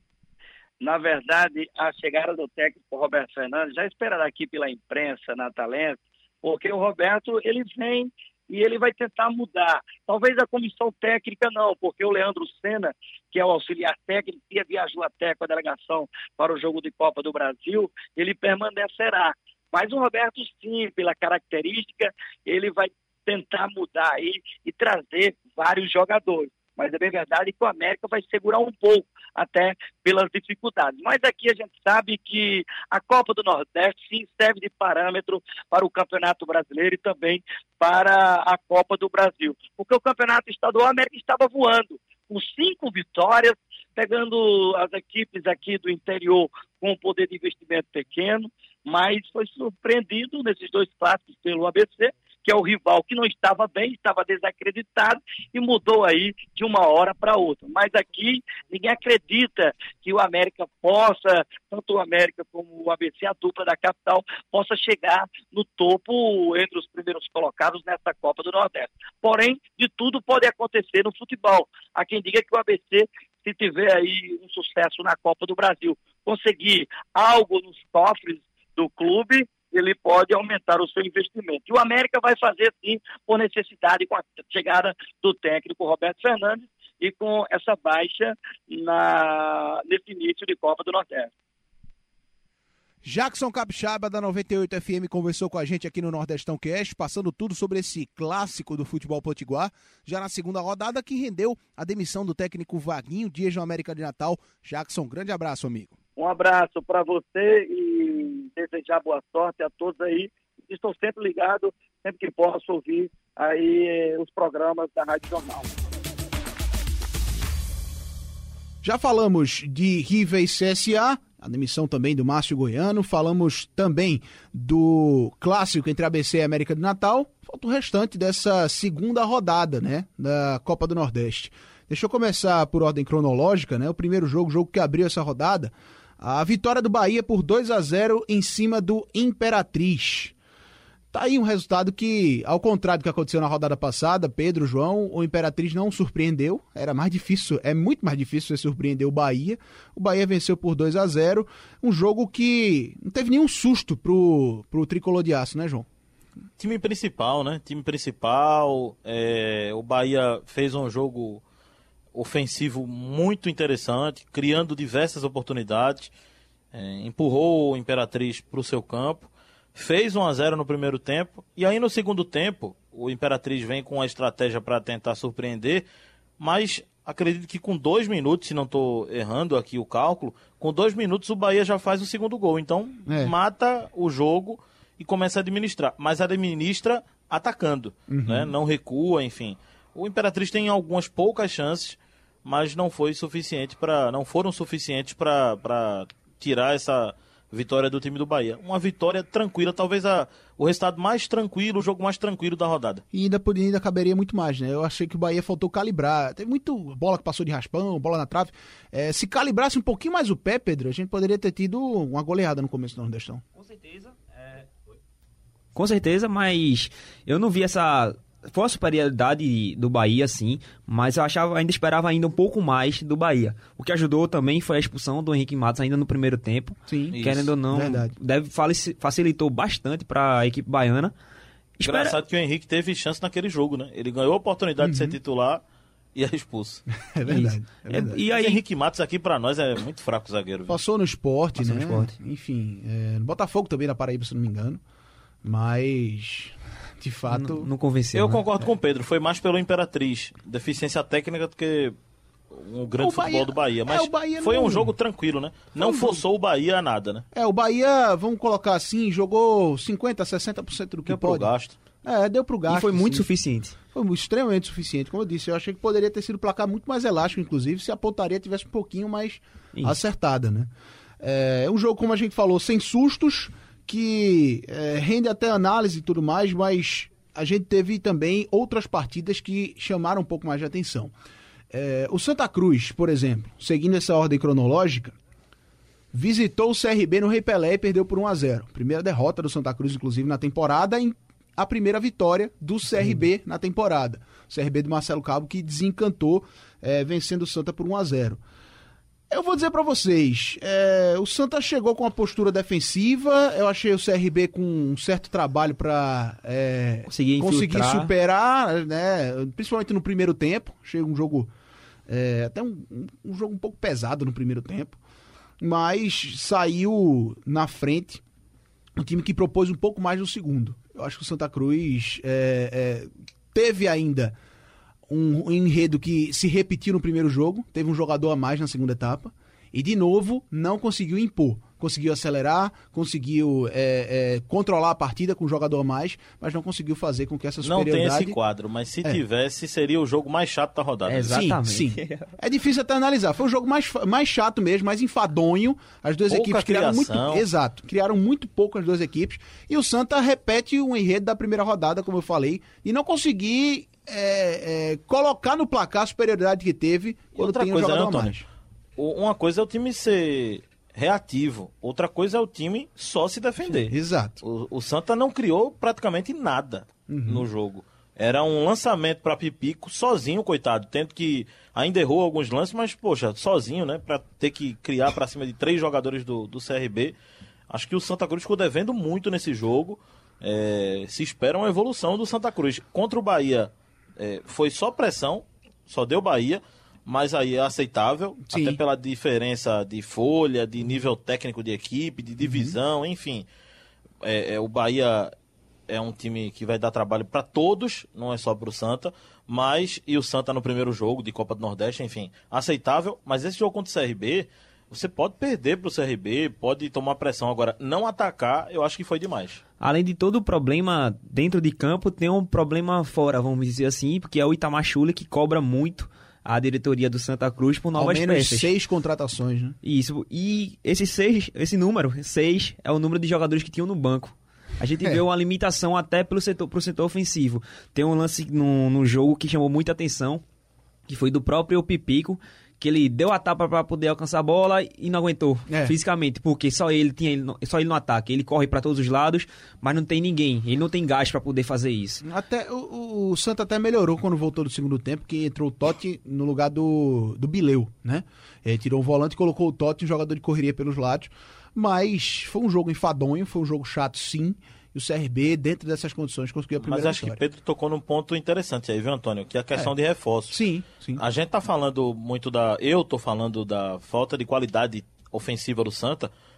Na verdade, a chegada do técnico Roberto Fernandes já esperada aqui pela imprensa natalense, porque o Roberto, ele vem e ele vai tentar mudar. Talvez a comissão técnica não, porque o Leandro Senna, que é o auxiliar técnico, que viajou até com a delegação para o jogo de Copa do Brasil, ele permanecerá. Mas o Roberto, sim, pela característica, ele vai tentar mudar aí e trazer vários jogadores. Mas é bem verdade que o América vai segurar um pouco, até pelas dificuldades. Mas aqui a gente sabe que a Copa do Nordeste sim serve de parâmetro para o Campeonato Brasileiro e também para a Copa do Brasil. Porque o Campeonato Estadual, a América estava voando, com 5 vitórias, pegando as equipes aqui do interior com um poder de investimento pequeno, mas foi surpreendido nesses 2 clássicos pelo ABC, que é o rival que não estava bem, estava desacreditado e mudou aí de uma hora para outra. Mas aqui ninguém acredita que o América possa, tanto o América como o ABC, a dupla da capital, possa chegar no topo entre os primeiros colocados nessa Copa do Nordeste. Porém, de tudo pode acontecer no futebol. Há quem diga que o ABC, se tiver aí um sucesso na Copa do Brasil, conseguir algo nos cofres do clube, ele pode aumentar o seu investimento. E o América vai fazer, sim, por necessidade, com a chegada do técnico Roberto Fernandes e com essa baixa nesse início de Copa do Nordeste. Jackson Capixaba, da 98 FM, conversou com a gente aqui no Nordestão Cast, passando tudo sobre esse clássico do futebol potiguar, já na segunda rodada, que rendeu a demissão do técnico Vaguinho Dias no América de Natal. Jackson, grande abraço, amigo. Um abraço para você e desejar boa sorte a todos aí. Estou sempre ligado, sempre que posso ouvir aí os programas da Rádio Jornal. Já falamos de River e CSA, a demissão também do Márcio Goiano, falamos também do clássico entre ABC e América de Natal. Falta o restante dessa segunda rodada, né, da Copa do Nordeste. Deixa eu começar por ordem cronológica, né? O primeiro jogo, o jogo que abriu essa rodada, a vitória do Bahia por 2-0 em cima do Imperatriz. Tá aí um resultado que, ao contrário do que aconteceu na rodada passada, Pedro, João, o Imperatriz não surpreendeu. Era mais difícil, é muito mais difícil você surpreender o Bahia. O Bahia venceu por 2-0, um jogo que não teve nenhum susto pro Tricolor de Aço, né, João? Time principal, né? Time principal, o Bahia fez um jogo ofensivo muito interessante, criando diversas oportunidades, empurrou o Imperatriz para o seu campo, fez 1-0 no primeiro tempo, e aí no segundo tempo, o Imperatriz vem com uma estratégia para tentar surpreender, mas acredito que com 2 minutos, se não estou errando aqui o cálculo, com 2 minutos o Bahia já faz o segundo gol, então mata o jogo e começa a administrar, mas administra atacando, né? Não recua, enfim. O Imperatriz tem algumas poucas chances, mas não foram suficientes para tirar essa vitória do time do Bahia. Uma vitória tranquila, talvez o resultado mais tranquilo, o jogo mais tranquilo da rodada. E ainda caberia muito mais, né? Eu achei que o Bahia faltou calibrar. Teve muito bola que passou de raspão, bola na trave. Se calibrasse um pouquinho mais o pé, Pedro, a gente poderia ter tido uma goleada no começo do Nordestão. Com certeza, mas eu não vi essa... Foi uma superioridade do Bahia, sim, mas eu ainda esperava ainda um pouco mais do Bahia. O que ajudou também foi a expulsão do Henrique Matos ainda no primeiro tempo. Sim, querendo ou não, facilitou bastante para a equipe baiana. Engraçado que o Henrique teve chance naquele jogo, né? Ele ganhou a oportunidade de ser titular e é expulso. É verdade. E aí, o Henrique Matos aqui pra nós é muito fraco zagueiro. Viu? Passou no Sport, né? Enfim, no Botafogo também, na Paraíba, se não me engano. Mas... de fato... Não convenceu. Eu concordo com o Pedro, foi mais pelo Imperatriz. Deficiência técnica do que um grande futebol do Bahia. Mas foi um jogo tranquilo, né? Não forçou o Bahia a nada, né? O Bahia, vamos colocar assim, jogou 50%, 60% do que deu pode. Deu pro gasto. Deu pro gasto. E foi muito suficiente. Foi extremamente suficiente. Como eu disse, eu achei que poderia ter sido um placar muito mais elástico, inclusive, se a pontaria tivesse um pouquinho mais acertada, né? É um jogo, como a gente falou, sem sustos, que rende até análise e tudo mais, mas a gente teve também outras partidas que chamaram um pouco mais de atenção. O Santa Cruz, por exemplo, seguindo essa ordem cronológica, visitou o CRB no Rei Pelé e perdeu por 1-0. Primeira derrota do Santa Cruz, inclusive, na temporada, e a primeira vitória do CRB na temporada. O CRB do Marcelo Cabo, que desencantou, vencendo o Santa por 1-0. Eu vou dizer pra vocês, o Santa chegou com uma postura defensiva, eu achei o CRB com um certo trabalho pra conseguir superar, né, principalmente no primeiro tempo. Achei um jogo, até um jogo um pouco pesado no primeiro tempo, mas saiu na frente um time que propôs um pouco mais no segundo. Eu acho que o Santa Cruz teve ainda um enredo que se repetiu no primeiro jogo, teve um jogador a mais na segunda etapa, e de novo não conseguiu impor, conseguiu acelerar, conseguiu controlar a partida com um jogador a mais, mas não conseguiu fazer com que essa superioridade... Não tem esse quadro, mas se tivesse, seria o jogo mais chato da rodada. Exatamente. Sim. É difícil até analisar, foi um jogo mais chato mesmo, mais enfadonho, as duas equipes criaram muito pouco as duas equipes, e o Santa repete o enredo da primeira rodada, como eu falei, e não conseguir colocar no placar a superioridade que teve quando tem um jogador a mais. Uma coisa é o time ser reativo, outra coisa é o time só se defender. Sim, exato. O Santa não criou praticamente nada no jogo. Era um lançamento para Pipico sozinho, coitado, tendo que ainda errou alguns lances, mas poxa, sozinho, né, para ter que criar para cima de 3 jogadores do CRB. Acho que o Santa Cruz ficou devendo muito nesse jogo. Se espera uma evolução do Santa Cruz contra o Bahia. Foi só pressão, só deu Bahia, mas aí é aceitável, até pela diferença de folha, de nível técnico de equipe, de divisão, enfim. O Bahia é um time que vai dar trabalho para todos, não é só para o Santa, e o Santa no primeiro jogo de Copa do Nordeste, enfim, aceitável, mas esse jogo contra o CRB, você pode perder para o CRB, pode tomar pressão, agora não atacar, eu acho que foi demais. Além de todo o problema dentro de campo, tem um problema fora, vamos dizer assim, porque é o Itamar Schulli que cobra muito a diretoria do Santa Cruz por novas peças. Ao menos 6 contratações, né? Isso, e esse número, 6, é o número de jogadores que tinham no banco. A gente vê uma limitação até pro setor ofensivo. Tem um lance no jogo que chamou muita atenção, que foi do próprio Pipico, que ele deu a tapa para poder alcançar a bola e não aguentou fisicamente, porque só ele no ataque. Ele corre para todos os lados, mas não tem ninguém. Ele não tem gás para poder fazer isso. Até o Santa até melhorou quando voltou do segundo tempo, que entrou o Totti no lugar do Bileu, né? Ele tirou o volante e colocou o Totti, um jogador de correria pelos lados. Mas foi um jogo enfadonho, foi um jogo chato, sim. E o CRB, dentro dessas condições, conseguiu a primeira vitória. Mas acho que Pedro tocou num ponto interessante aí, viu, Antônio? Que é a questão de reforço. Sim. A gente tá falando muito eu tô falando da falta de qualidade ofensiva do Santa,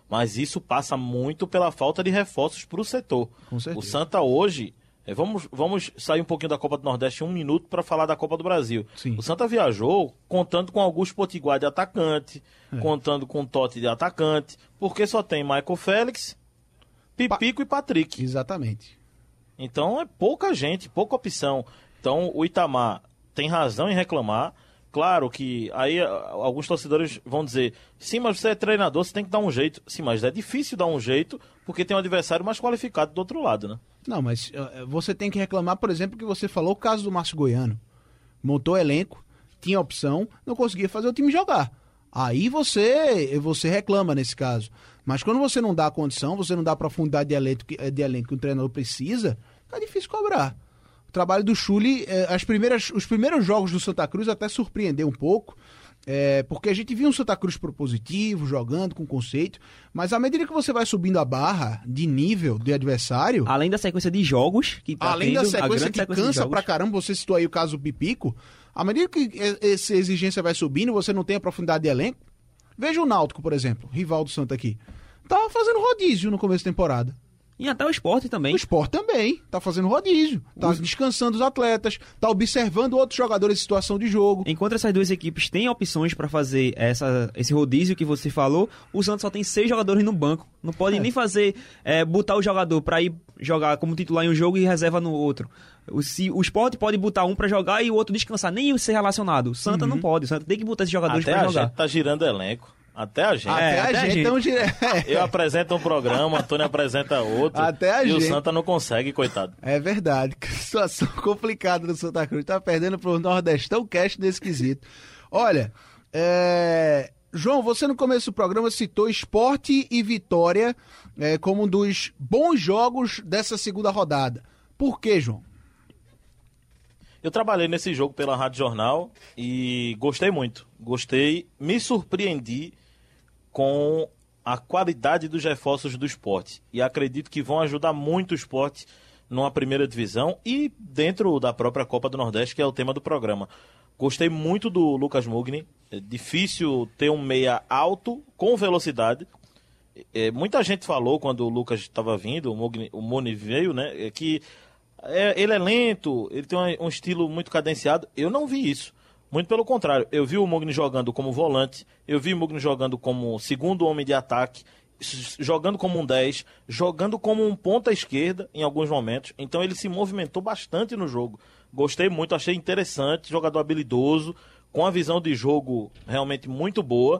Mas isso passa muito pela falta de reforços para o setor. Com certeza. O Santa hoje... Vamos sair um pouquinho da Copa do Nordeste um minuto para falar da Copa do Brasil. Sim. O Santa viajou contando com Augusto Potiguar de atacante, contando com Totti de atacante, porque só tem Michael Félix, Pipico e Patrick. Exatamente. Então é pouca gente, pouca opção. Então o Itamar tem razão em reclamar. Claro que aí alguns torcedores vão dizer, sim, mas você é treinador, você tem que dar um jeito. Sim, mas é difícil dar um jeito porque tem um adversário mais qualificado do outro lado, né? Não, mas você tem que reclamar, por exemplo, que você falou o caso do Márcio Goiano. Montou elenco, tinha opção, não conseguia fazer o time jogar. Aí você reclama nesse caso. Mas quando você não dá a condição, você não dá a profundidade de elenco que o treinador precisa, tá difícil cobrar. O trabalho do Chuli, os primeiros jogos do Santa Cruz até surpreendeu um pouco, porque a gente viu um Santa Cruz propositivo, jogando com conceito, mas à medida que você vai subindo a barra de nível de adversário... Além da sequência de jogos que tá além tendo, da sequência que cansa pra caramba, você citou aí o caso do Pipico, à medida que essa exigência vai subindo, você não tem a profundidade de elenco. Veja o Náutico, por exemplo, rival do Santa aqui. Tava fazendo rodízio no começo da temporada. E até o Sport também. O Sport também, tá fazendo rodízio, tá descansando os atletas, tá observando outros jogadores em situação de jogo. Enquanto essas duas equipes têm opções para fazer esse rodízio que você falou, o Santos só tem 6 jogadores no banco. Não pode nem fazer, botar o jogador para ir jogar como titular em um jogo e reserva no outro. O Sport pode botar um para jogar e o outro descansar, nem ser relacionado. O Santa não pode, o Santa tem que botar esses jogadores para jogar. Até a gente tá girando elenco. Até a gente. Até a gente. Então, eu apresento um programa, Antônio apresenta outro. Até a gente. E o Santa não consegue, coitado. É verdade. Que situação complicada do Santa Cruz. Tá perdendo pro Nordestão Cast nesse quesito. Olha, João, você no começo do programa citou Sport e Vitória como um dos bons jogos dessa segunda rodada. Por quê, João? Eu trabalhei nesse jogo pela Rádio Jornal e gostei muito. Me surpreendi com a qualidade dos reforços do Sport. E acredito que vão ajudar muito o Sport numa primeira divisão e dentro da própria Copa do Nordeste, que é o tema do programa. Gostei muito do Lucas Mugni. É difícil ter um meia alto, com velocidade. Muita gente falou quando o Lucas estava vindo, o Mugni veio, né? Que ele é lento, ele tem um estilo muito cadenciado. Eu não vi isso. Muito pelo contrário, eu vi o Mugni jogando como volante, eu vi o Mugni jogando como segundo homem de ataque, jogando como um 10, jogando como um ponta esquerda em alguns momentos. Então ele se movimentou bastante no jogo. Gostei muito, achei interessante, jogador habilidoso, com a visão de jogo realmente muito boa.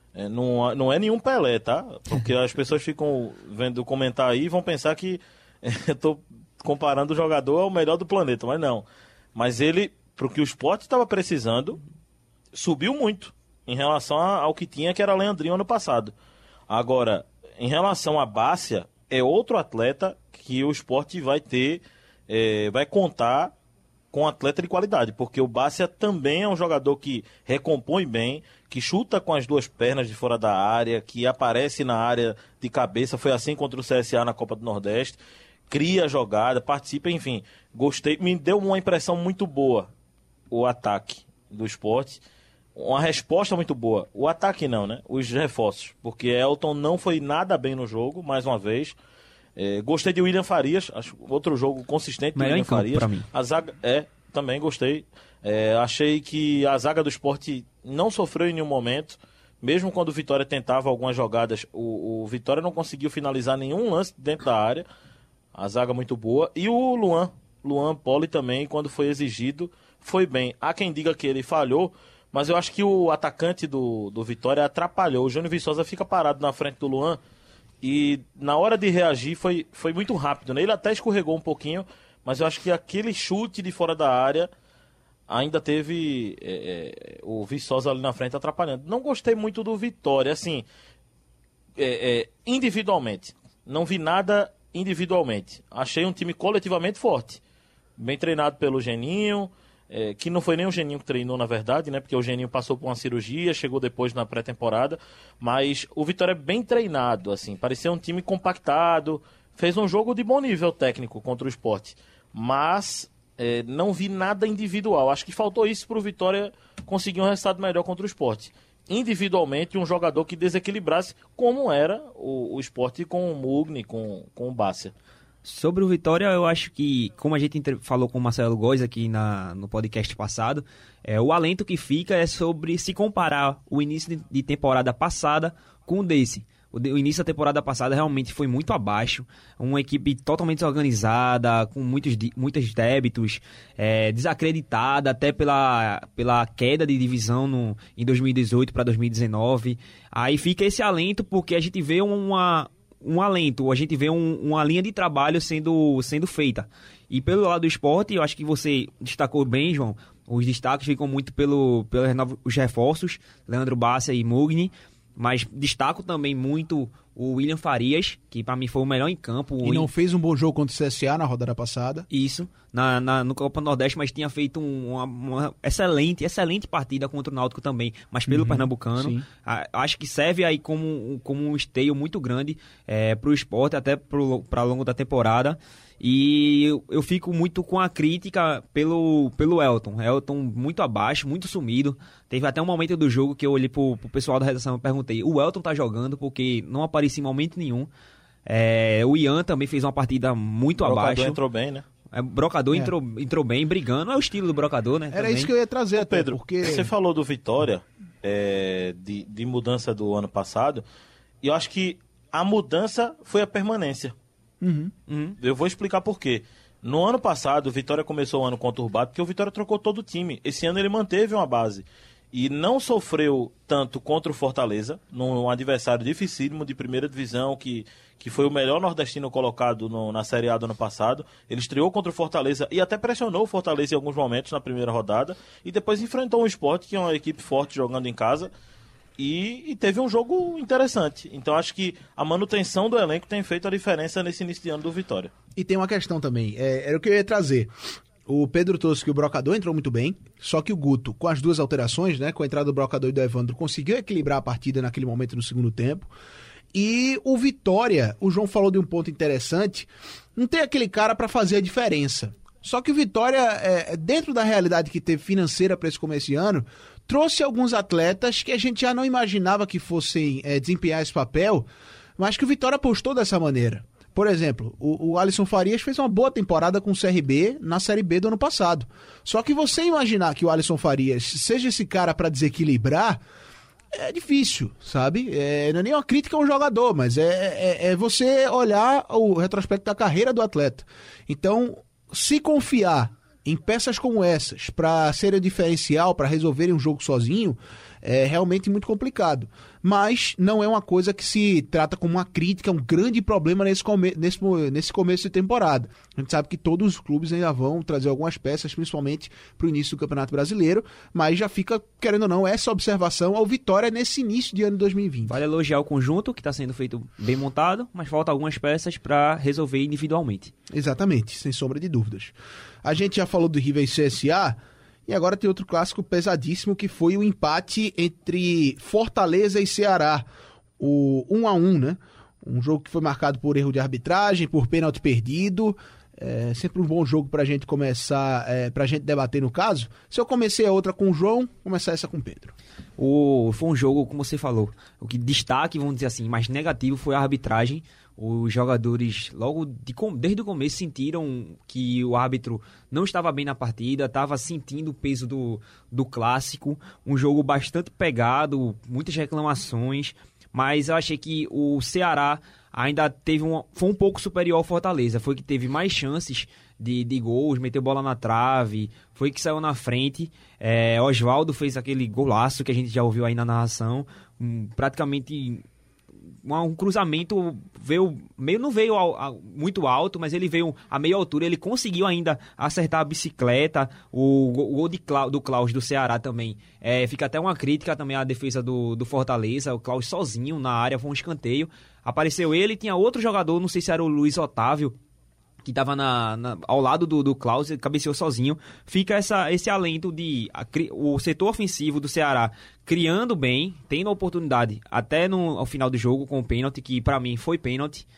Não é nenhum Pelé, tá? Porque as pessoas ficam vendo comentar aí e vão pensar que eu tô comparando o jogador ao melhor do planeta, mas não. Mas ele, pro que o Sport estava precisando, subiu muito em relação ao que tinha, que era Leandrinho ano passado. Agora, em relação a Bárcia, é outro atleta que o Sport vai ter, vai contar com atleta de qualidade, porque o Bárcia também é um jogador que recompõe bem, que chuta com as duas pernas de fora da área, que aparece na área de cabeça, foi assim contra o CSA na Copa do Nordeste, cria jogada, participa, enfim, gostei, me deu uma impressão muito boa o ataque do Sport, uma resposta muito boa, o ataque não, né, os reforços, porque Elton não foi nada bem no jogo, mais uma vez. Gostei de William Farias, acho outro jogo consistente do William Farias. Pra mim. A zaga, também gostei. Achei que a zaga do Sport não sofreu em nenhum momento, mesmo quando o Vitória tentava algumas jogadas, o Vitória não conseguiu finalizar nenhum lance dentro da área. A zaga muito boa. E o Luan Poli também, quando foi exigido, foi bem. Há quem diga que ele falhou, mas eu acho que o atacante do Vitória atrapalhou. O Júnior Viçosa fica parado na frente do Luan e na hora de reagir foi muito rápido, né? Ele até escorregou um pouquinho, mas eu acho que aquele chute de fora da área ainda teve o Viçosa ali na frente atrapalhando. Não gostei muito do Vitória, assim, individualmente. Não vi nada individualmente. Achei um time coletivamente forte. Bem treinado pelo Geninho, que não foi nem o Geninho que treinou, na verdade, né? Porque o Geninho passou por uma cirurgia, chegou depois na pré-temporada, mas o Vitória é bem treinado, assim, parecia um time compactado, fez um jogo de bom nível técnico contra o Sport, mas não vi nada individual. Acho que faltou isso para o Vitória conseguir um resultado melhor contra o Sport. individualmente um jogador que desequilibrasse, como era o Sport com o Mugni, com o Bárcia. Sobre o Vitória, eu acho que, como a gente falou com o Marcelo Góes aqui no podcast passado, o alento que fica é sobre se comparar o início de temporada passada com o desse. O início da temporada passada realmente foi muito abaixo, uma equipe totalmente desorganizada, com muitos débitos, desacreditada até pela queda de divisão em 2018 para 2019. Aí fica esse alento porque a gente vê um alento, a gente vê uma linha de trabalho sendo feita. E pelo lado do Sport, eu acho que você destacou bem, João, os destaques ficam muito pelos reforços, Leandro Bárcia e Mugni, mas destaco também muito o William Farias, que para mim foi o melhor em campo. E não fez um bom jogo contra o CSA na rodada passada. Isso, no Copa Nordeste, mas tinha feito uma excelente partida contra o Náutico também, mas pelo Pernambucano. Acho que serve aí como um esteio muito grande para o Sport, até para longo da temporada. E eu fico muito com a crítica pelo Elton. Elton muito abaixo, muito sumido. Teve até um momento do jogo que eu olhei pro pessoal da redação e perguntei: o Elton tá jogando? Porque não aparecia em momento nenhum. O Ian também fez uma partida muito abaixo. O Brocador entrou bem, né? Brocador entrou bem, brigando. É o estilo do Brocador, né? Era também. isso que eu ia trazer, até, Pedro, porque... Você falou do Vitória, de mudança do ano passado, e eu acho que a mudança foi a permanência. Eu vou explicar por quê. No ano passado, o Vitória começou o ano conturbado porque o Vitória trocou todo o time. Esse ano ele manteve uma base e não sofreu tanto contra o Fortaleza, num adversário dificílimo de primeira divisão, que foi o melhor nordestino colocado na Série A do ano passado. Ele estreou contra o Fortaleza e até pressionou o Fortaleza em alguns momentos na primeira rodada, e depois enfrentou o Sport, que é uma equipe forte jogando em casa, e teve um jogo interessante. Então acho que a manutenção do elenco tem feito a diferença nesse início de ano do Vitória. E tem uma questão também, era o que eu ia trazer. O Pedro trouxe que o Brocador entrou muito bem, só que o Guto, com as duas alterações, né, com a entrada do Brocador e do Evandro, conseguiu equilibrar a partida naquele momento no segundo tempo. E o Vitória, o João falou de um ponto interessante, não tem aquele cara para fazer a diferença. Só que o Vitória, dentro da realidade que teve financeira para esse começo de ano, trouxe alguns atletas que a gente já não imaginava que fossem desempenhar esse papel, mas que o Vitória apostou dessa maneira. Por exemplo, o Alisson Farias fez uma boa temporada com o CRB na Série B do ano passado. Só que você imaginar que o Alisson Farias seja esse cara para desequilibrar, é difícil, sabe? Não é nem uma crítica ao jogador, mas é você olhar o retrospecto da carreira do atleta. Então, se confiar em peças como essas para serem diferencial, para resolverem um jogo sozinho, é realmente muito complicado. Mas não é uma coisa que se trata como uma crítica, um grande problema nesse começo de temporada. A gente sabe que todos os clubes ainda vão trazer algumas peças, principalmente para o início do Campeonato Brasileiro, mas já fica, querendo ou não, essa observação ao Vitória nesse início de ano de 2020. Vale elogiar o conjunto, que está sendo feito bem montado, mas falta algumas peças para resolver individualmente. Exatamente, sem sombra de dúvidas. A gente já falou do River e CSA, e agora tem outro clássico pesadíssimo, que foi o empate entre Fortaleza e Ceará, o 1-1, né? Um jogo que foi marcado por erro de arbitragem, por pênalti perdido. Sempre um bom jogo pra gente começar, pra gente debater no caso. Se eu comecei a outra com o João, vou começar essa com o Pedro. Foi um jogo, como você falou, o que destaque, vamos dizer assim, mais negativo foi a arbitragem. Os jogadores, desde o começo, sentiram que o árbitro não estava bem na partida, estava sentindo o peso do clássico, um jogo bastante pegado, muitas reclamações, mas eu achei que o Ceará ainda foi um pouco superior ao Fortaleza, foi que teve mais chances de gols, meteu bola na trave, foi que saiu na frente. Oswaldo fez aquele golaço que a gente já ouviu aí na narração, praticamente... Um cruzamento não veio muito alto, mas ele veio a meia altura, ele conseguiu ainda acertar a bicicleta. O gol do Klaus do Ceará também. Fica até uma crítica também à defesa do Fortaleza, o Klaus sozinho na área, foi um escanteio. Apareceu ele, tinha outro jogador, não sei se era o Luiz Otávio, que estava ao lado do Klaus, ele cabeceou sozinho. Fica esse alento o setor ofensivo do Ceará criando bem, tendo a oportunidade até ao final do jogo com o pênalti, que para mim foi pênalti.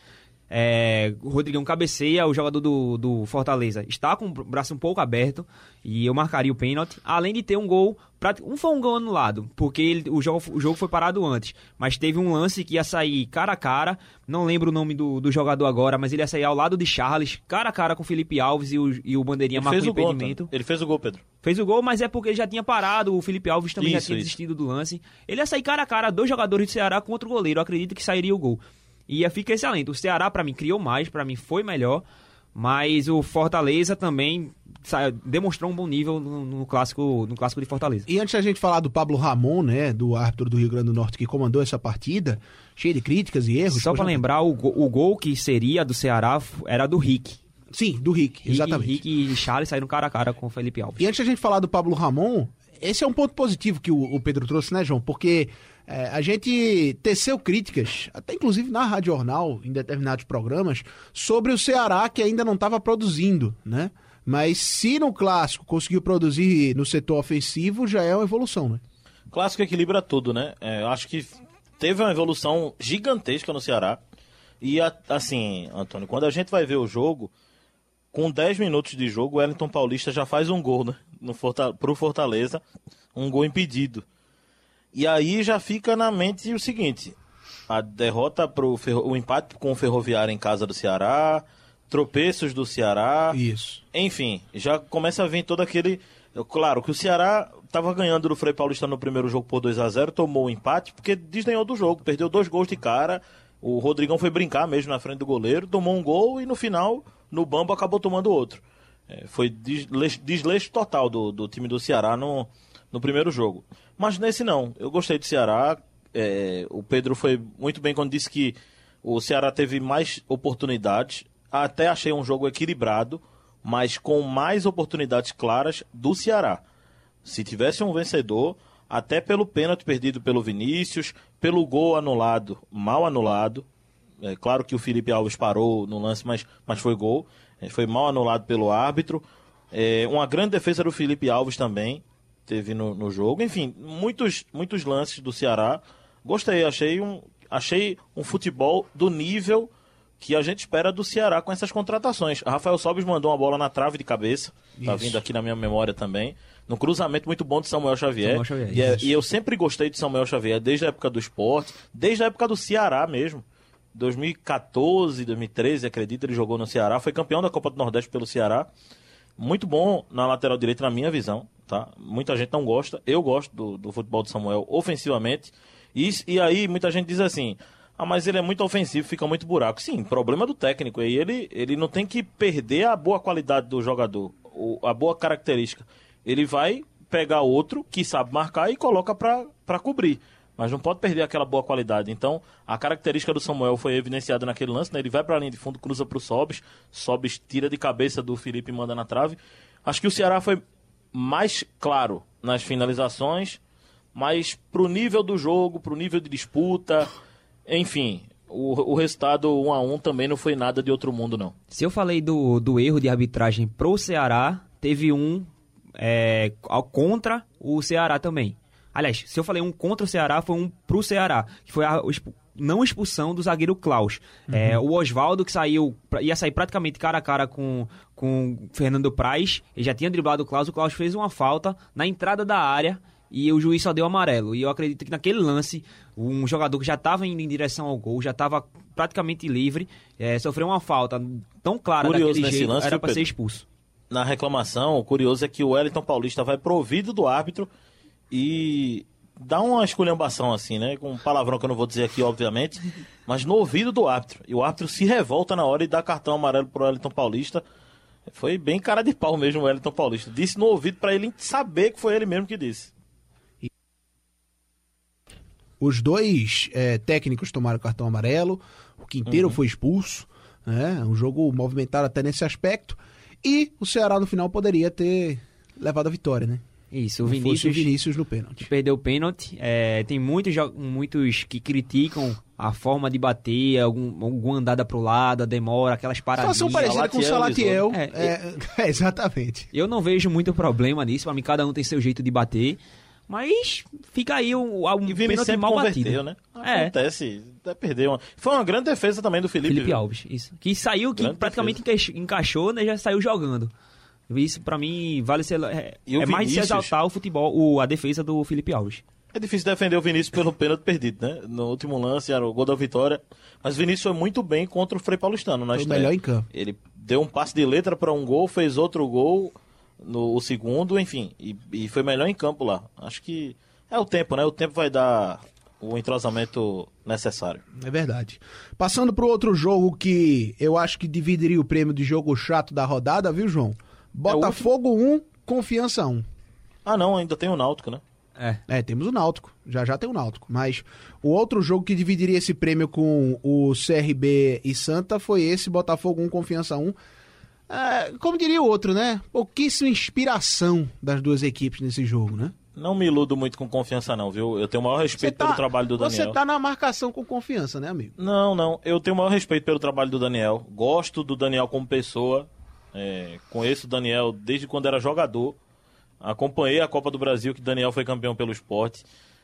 o Rodrigão cabeceia, o jogador do Fortaleza está com o braço um pouco aberto e eu marcaria o pênalti, além de ter um gol, foi um gol anulado, porque o jogo foi parado antes, mas teve um lance que ia sair cara a cara, não lembro o nome do jogador agora, mas ele ia sair ao lado de Charles, cara a cara com o Felipe Alves e o Bandeirinha marcou o impedimento. Ele fez o gol, Pedro. Fez o gol, mas é porque ele já tinha parado, o Felipe Alves também já tinha desistido do lance. Ele ia sair cara a cara, 2 jogadores do Ceará contra o goleiro, eu acredito que sairia o gol. E fica excelente. O Ceará, pra mim, criou mais, pra mim foi melhor, mas o Fortaleza também demonstrou um bom nível no clássico de Fortaleza. E antes da gente falar do Pablo Ramon, né, do árbitro do Rio Grande do Norte que comandou essa partida, cheio de críticas e erros. Só pra lembrar, o gol que seria do Ceará era do Rick. Sim, do Rick, exatamente. Rick e Charles saíram cara a cara com o Felipe Alves. E antes da gente falar do Pablo Ramon, esse é um ponto positivo que o Pedro trouxe, né, João? Porque a gente teceu críticas, até inclusive na Rádio Jornal, em determinados programas, sobre o Ceará que ainda não estava produzindo, né? Mas se no Clássico conseguiu produzir no setor ofensivo, já é uma evolução, né? Clássico equilibra tudo, né? Acho que teve uma evolução gigantesca no Ceará. E assim, Antônio, quando a gente vai ver o jogo, com 10 minutos de jogo, o Wellington Paulista já faz um gol, né? Pro Fortaleza, um gol impedido. E aí já fica na mente o seguinte: a derrota o empate com o Ferroviário em casa do Ceará, tropeços do Ceará. Isso. Enfim, já começa a vir todo aquele... Claro que o Ceará estava ganhando do Frei Paulista no primeiro jogo por 2-0, tomou o empate porque desdenhou do jogo, perdeu 2 gols de cara. O Rodrigão foi brincar mesmo na frente do goleiro, tomou um gol e no final, no bambo, acabou tomando outro. Foi desleixo total do time do Ceará no primeiro jogo. Mas nesse não, eu gostei do Ceará. O Pedro foi muito bem quando disse que o Ceará teve mais oportunidades. Até achei um jogo equilibrado, mas com mais oportunidades claras do Ceará. Se tivesse um vencedor, até pelo pênalti perdido pelo Vinícius, pelo gol anulado, mal anulado. É claro que o Felipe Alves parou no lance, mas foi gol. Foi mal anulado pelo árbitro. Uma grande defesa do Felipe Alves também teve no jogo. Enfim, muitos lances do Ceará. Gostei, achei um futebol do nível que a gente espera do Ceará com essas contratações. Rafael Sobis mandou uma bola na trave de cabeça. Tá vindo aqui na minha memória também. No cruzamento muito bom de Samuel Xavier. E eu sempre gostei de Samuel Xavier, desde a época do Sport, desde a época do Ceará mesmo. 2014, 2013, acredito, ele jogou no Ceará. Foi campeão da Copa do Nordeste pelo Ceará. Muito bom na lateral direita, na minha visão. Tá? Muita gente não gosta. Eu gosto do futebol de Samuel ofensivamente. E aí muita gente diz assim: mas ele é muito ofensivo, fica muito buraco. Sim, problema do técnico. E ele não tem que perder a boa qualidade do jogador, a boa característica. Ele vai pegar outro que sabe marcar e coloca para cobrir. Mas não pode perder aquela boa qualidade. Então, a característica do Samuel foi evidenciada naquele lance, né? Ele vai para a linha de fundo, cruza para o Sobis tira de cabeça do Felipe e manda na trave. Acho que o Ceará foi mais claro nas finalizações, mas pro nível do jogo, pro nível de disputa, enfim, o resultado 1-1 também não foi nada de outro mundo, não. Se eu falei do erro de arbitragem pro Ceará, teve um contra o Ceará também. Aliás, se eu falei um contra o Ceará, foi um pro Ceará, que foi a não expulsão do zagueiro Klaus. O Oswaldo, que ia sair praticamente cara a cara com o Fernando Praz, ele já tinha driblado o Klaus fez uma falta na entrada da área e o juiz só deu amarelo. E eu acredito que naquele lance, um jogador que já estava indo em direção ao gol, já estava praticamente livre, sofreu uma falta tão clara daquele jeito, lance, era para ser expulso. Na reclamação, o curioso é que o Wellington Paulista vai pro ouvido do árbitro e dá uma esculhambação assim, né? Com um palavrão que eu não vou dizer aqui, obviamente, mas no ouvido do árbitro. E o árbitro se revolta na hora e dá cartão amarelo pro Wellington Paulista. Foi bem cara de pau mesmo o Wellington Paulista. Disse no ouvido para ele saber que foi ele mesmo que disse. Os dois técnicos tomaram cartão amarelo, o Quinteiro foi expulso, né? Um jogo movimentado até nesse aspecto. E o Ceará no final poderia ter levado a vitória, né? Isso, o Vinícius no pênalti. Perdeu o pênalti. Tem muitos que criticam a forma de bater, alguma andada pro lado, a demora, aquelas paradinhas. Situação parecida com o Salatiel. Exatamente. Eu não vejo muito problema nisso, para mim cada um tem seu jeito de bater, Mas fica aí um pênalti mal batido. Né? Acontece, perdeu. Foi uma grande defesa também do Felipe Alves, isso. Que saiu, que praticamente encaixou, né? Já saiu jogando. Isso, pra mim, vale ser... mais de se exaltar o futebol, a defesa do Felipe Alves. É difícil defender o Vinícius pelo pênalti perdido, né? No último lance, era o gol da vitória. Mas o Vinícius foi muito bem contra o Frei Paulistano na estreia. Melhor em campo. Ele deu um passe de letra para um gol, fez outro gol no segundo, enfim. E foi melhor em campo lá. Acho que é o tempo, né? O tempo vai dar o entrosamento necessário. É verdade. Passando para o outro jogo que eu acho que dividiria o prêmio de jogo chato da rodada, viu, João? Botafogo 1, Confiança 1. Ah, não, ainda tem o Náutico, né? Temos o Náutico. Já tem o Náutico. Mas o outro jogo que dividiria esse prêmio com o CRB e Santa foi esse, Botafogo 1, Confiança 1. Como diria o outro, né? Pouquíssima inspiração das duas equipes nesse jogo, né? Não me iludo muito com Confiança não, viu? Eu tenho o maior respeito pelo trabalho do Daniel. Você tá na marcação com Confiança, né, amigo? Não. Eu tenho o maior respeito pelo trabalho do Daniel. Gosto do Daniel como pessoa. Conheço o Daniel desde quando era jogador. Acompanhei a Copa do Brasil, que Daniel foi campeão pelo esporte.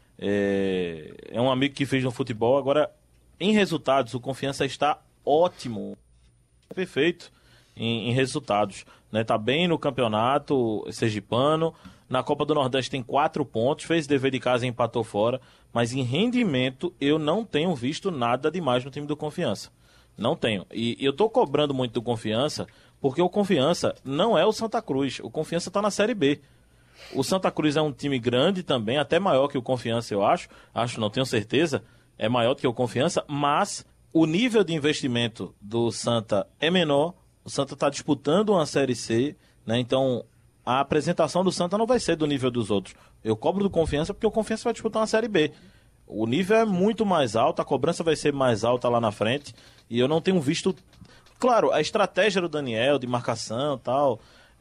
É um amigo que fez no futebol. Agora, em resultados, o Confiança está ótimo. Perfeito em resultados. Tá bem no campeonato sergipano. Na Copa do Nordeste tem 4 pontos. Fez dever de casa e empatou fora. Mas em rendimento, eu não tenho visto nada demais no time do Confiança. Não tenho. E eu tô cobrando muito do Confiança, porque o Confiança não é o Santa Cruz. O Confiança tá na Série B. O Santa Cruz é um time grande também, até maior que o Confiança, eu acho. Não tenho certeza. É maior do que o Confiança, mas o nível de investimento do Santa é menor. O Santa está disputando uma Série C, né? Então a apresentação do Santa não vai ser do nível dos outros. Eu cobro do Confiança porque o Confiança vai disputar uma Série B. O nível é muito mais alto, a cobrança vai ser mais alta lá na frente. E eu não tenho visto... Claro, a estratégia do Daniel de marcação e tal...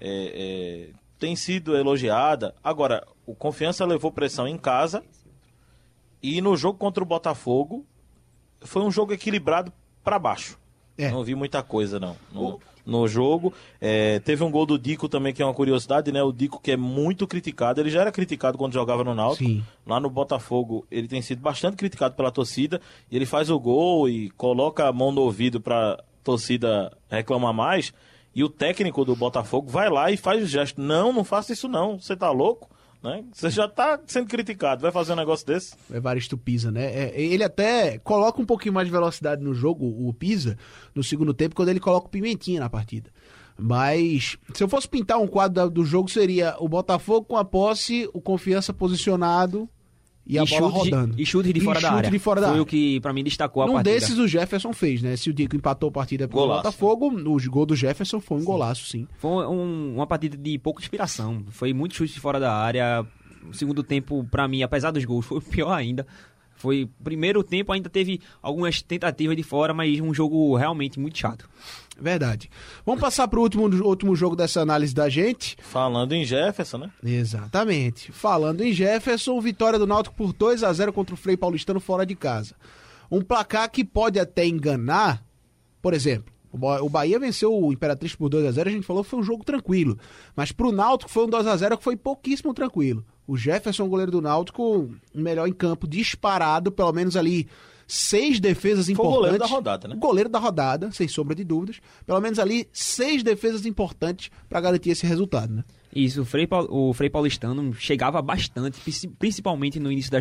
tem sido elogiada. Agora, o Confiança levou pressão em casa e no jogo contra o Botafogo foi um jogo equilibrado para baixo. Não vi muita coisa, não. No jogo, teve um gol do Dico também, que é uma curiosidade, né? O Dico, que é muito criticado, ele já era criticado quando jogava no Náutico. Sim. Lá no Botafogo, ele tem sido bastante criticado pela torcida, e ele faz o gol e coloca a mão no ouvido pra torcida reclamar mais. E o técnico do Botafogo vai lá e faz o gesto. Não faça isso não, você tá louco? Né? Você já tá sendo criticado, vai fazer um negócio desse? É Evaristo Pisa, né? Ele até coloca um pouquinho mais de velocidade no jogo, o Pisa, no segundo tempo, quando ele coloca o Pimentinha na partida. Mas, se eu fosse pintar um quadro do jogo, seria o Botafogo com a posse, o Confiança posicionado... E a bola rodando. E chute de fora da área. Foi o que, pra mim, destacou a partida. Num desses o Jefferson fez, né? Se o Dico empatou a partida pro Botafogo, o gol do Jefferson foi um golaço, sim. Foi uma partida de pouca inspiração. Foi muito chute de fora da área. O segundo tempo, pra mim, apesar dos gols, foi pior ainda. Foi primeiro tempo, ainda teve algumas tentativas de fora, mas um jogo realmente muito chato. Verdade. Vamos passar para o último jogo dessa análise da gente. Falando em Jefferson, né? Exatamente. Falando em Jefferson, vitória do Náutico por 2-0 contra o Frei Paulistano fora de casa. Um placar que pode até enganar, por exemplo, o Bahia venceu o Imperatriz por 2-0, a gente falou que foi um jogo tranquilo. Mas para o Náutico foi um 2-0 que foi pouquíssimo tranquilo. O Jefferson, goleiro do Náutico, melhor em campo, disparado, pelo menos ali 6 defesas importantes. Foi o goleiro da rodada, né? O goleiro da rodada, sem sombra de dúvidas. Pelo menos ali 6 defesas importantes para garantir esse resultado, né? Isso, o Frei Paulistano chegava bastante, principalmente no início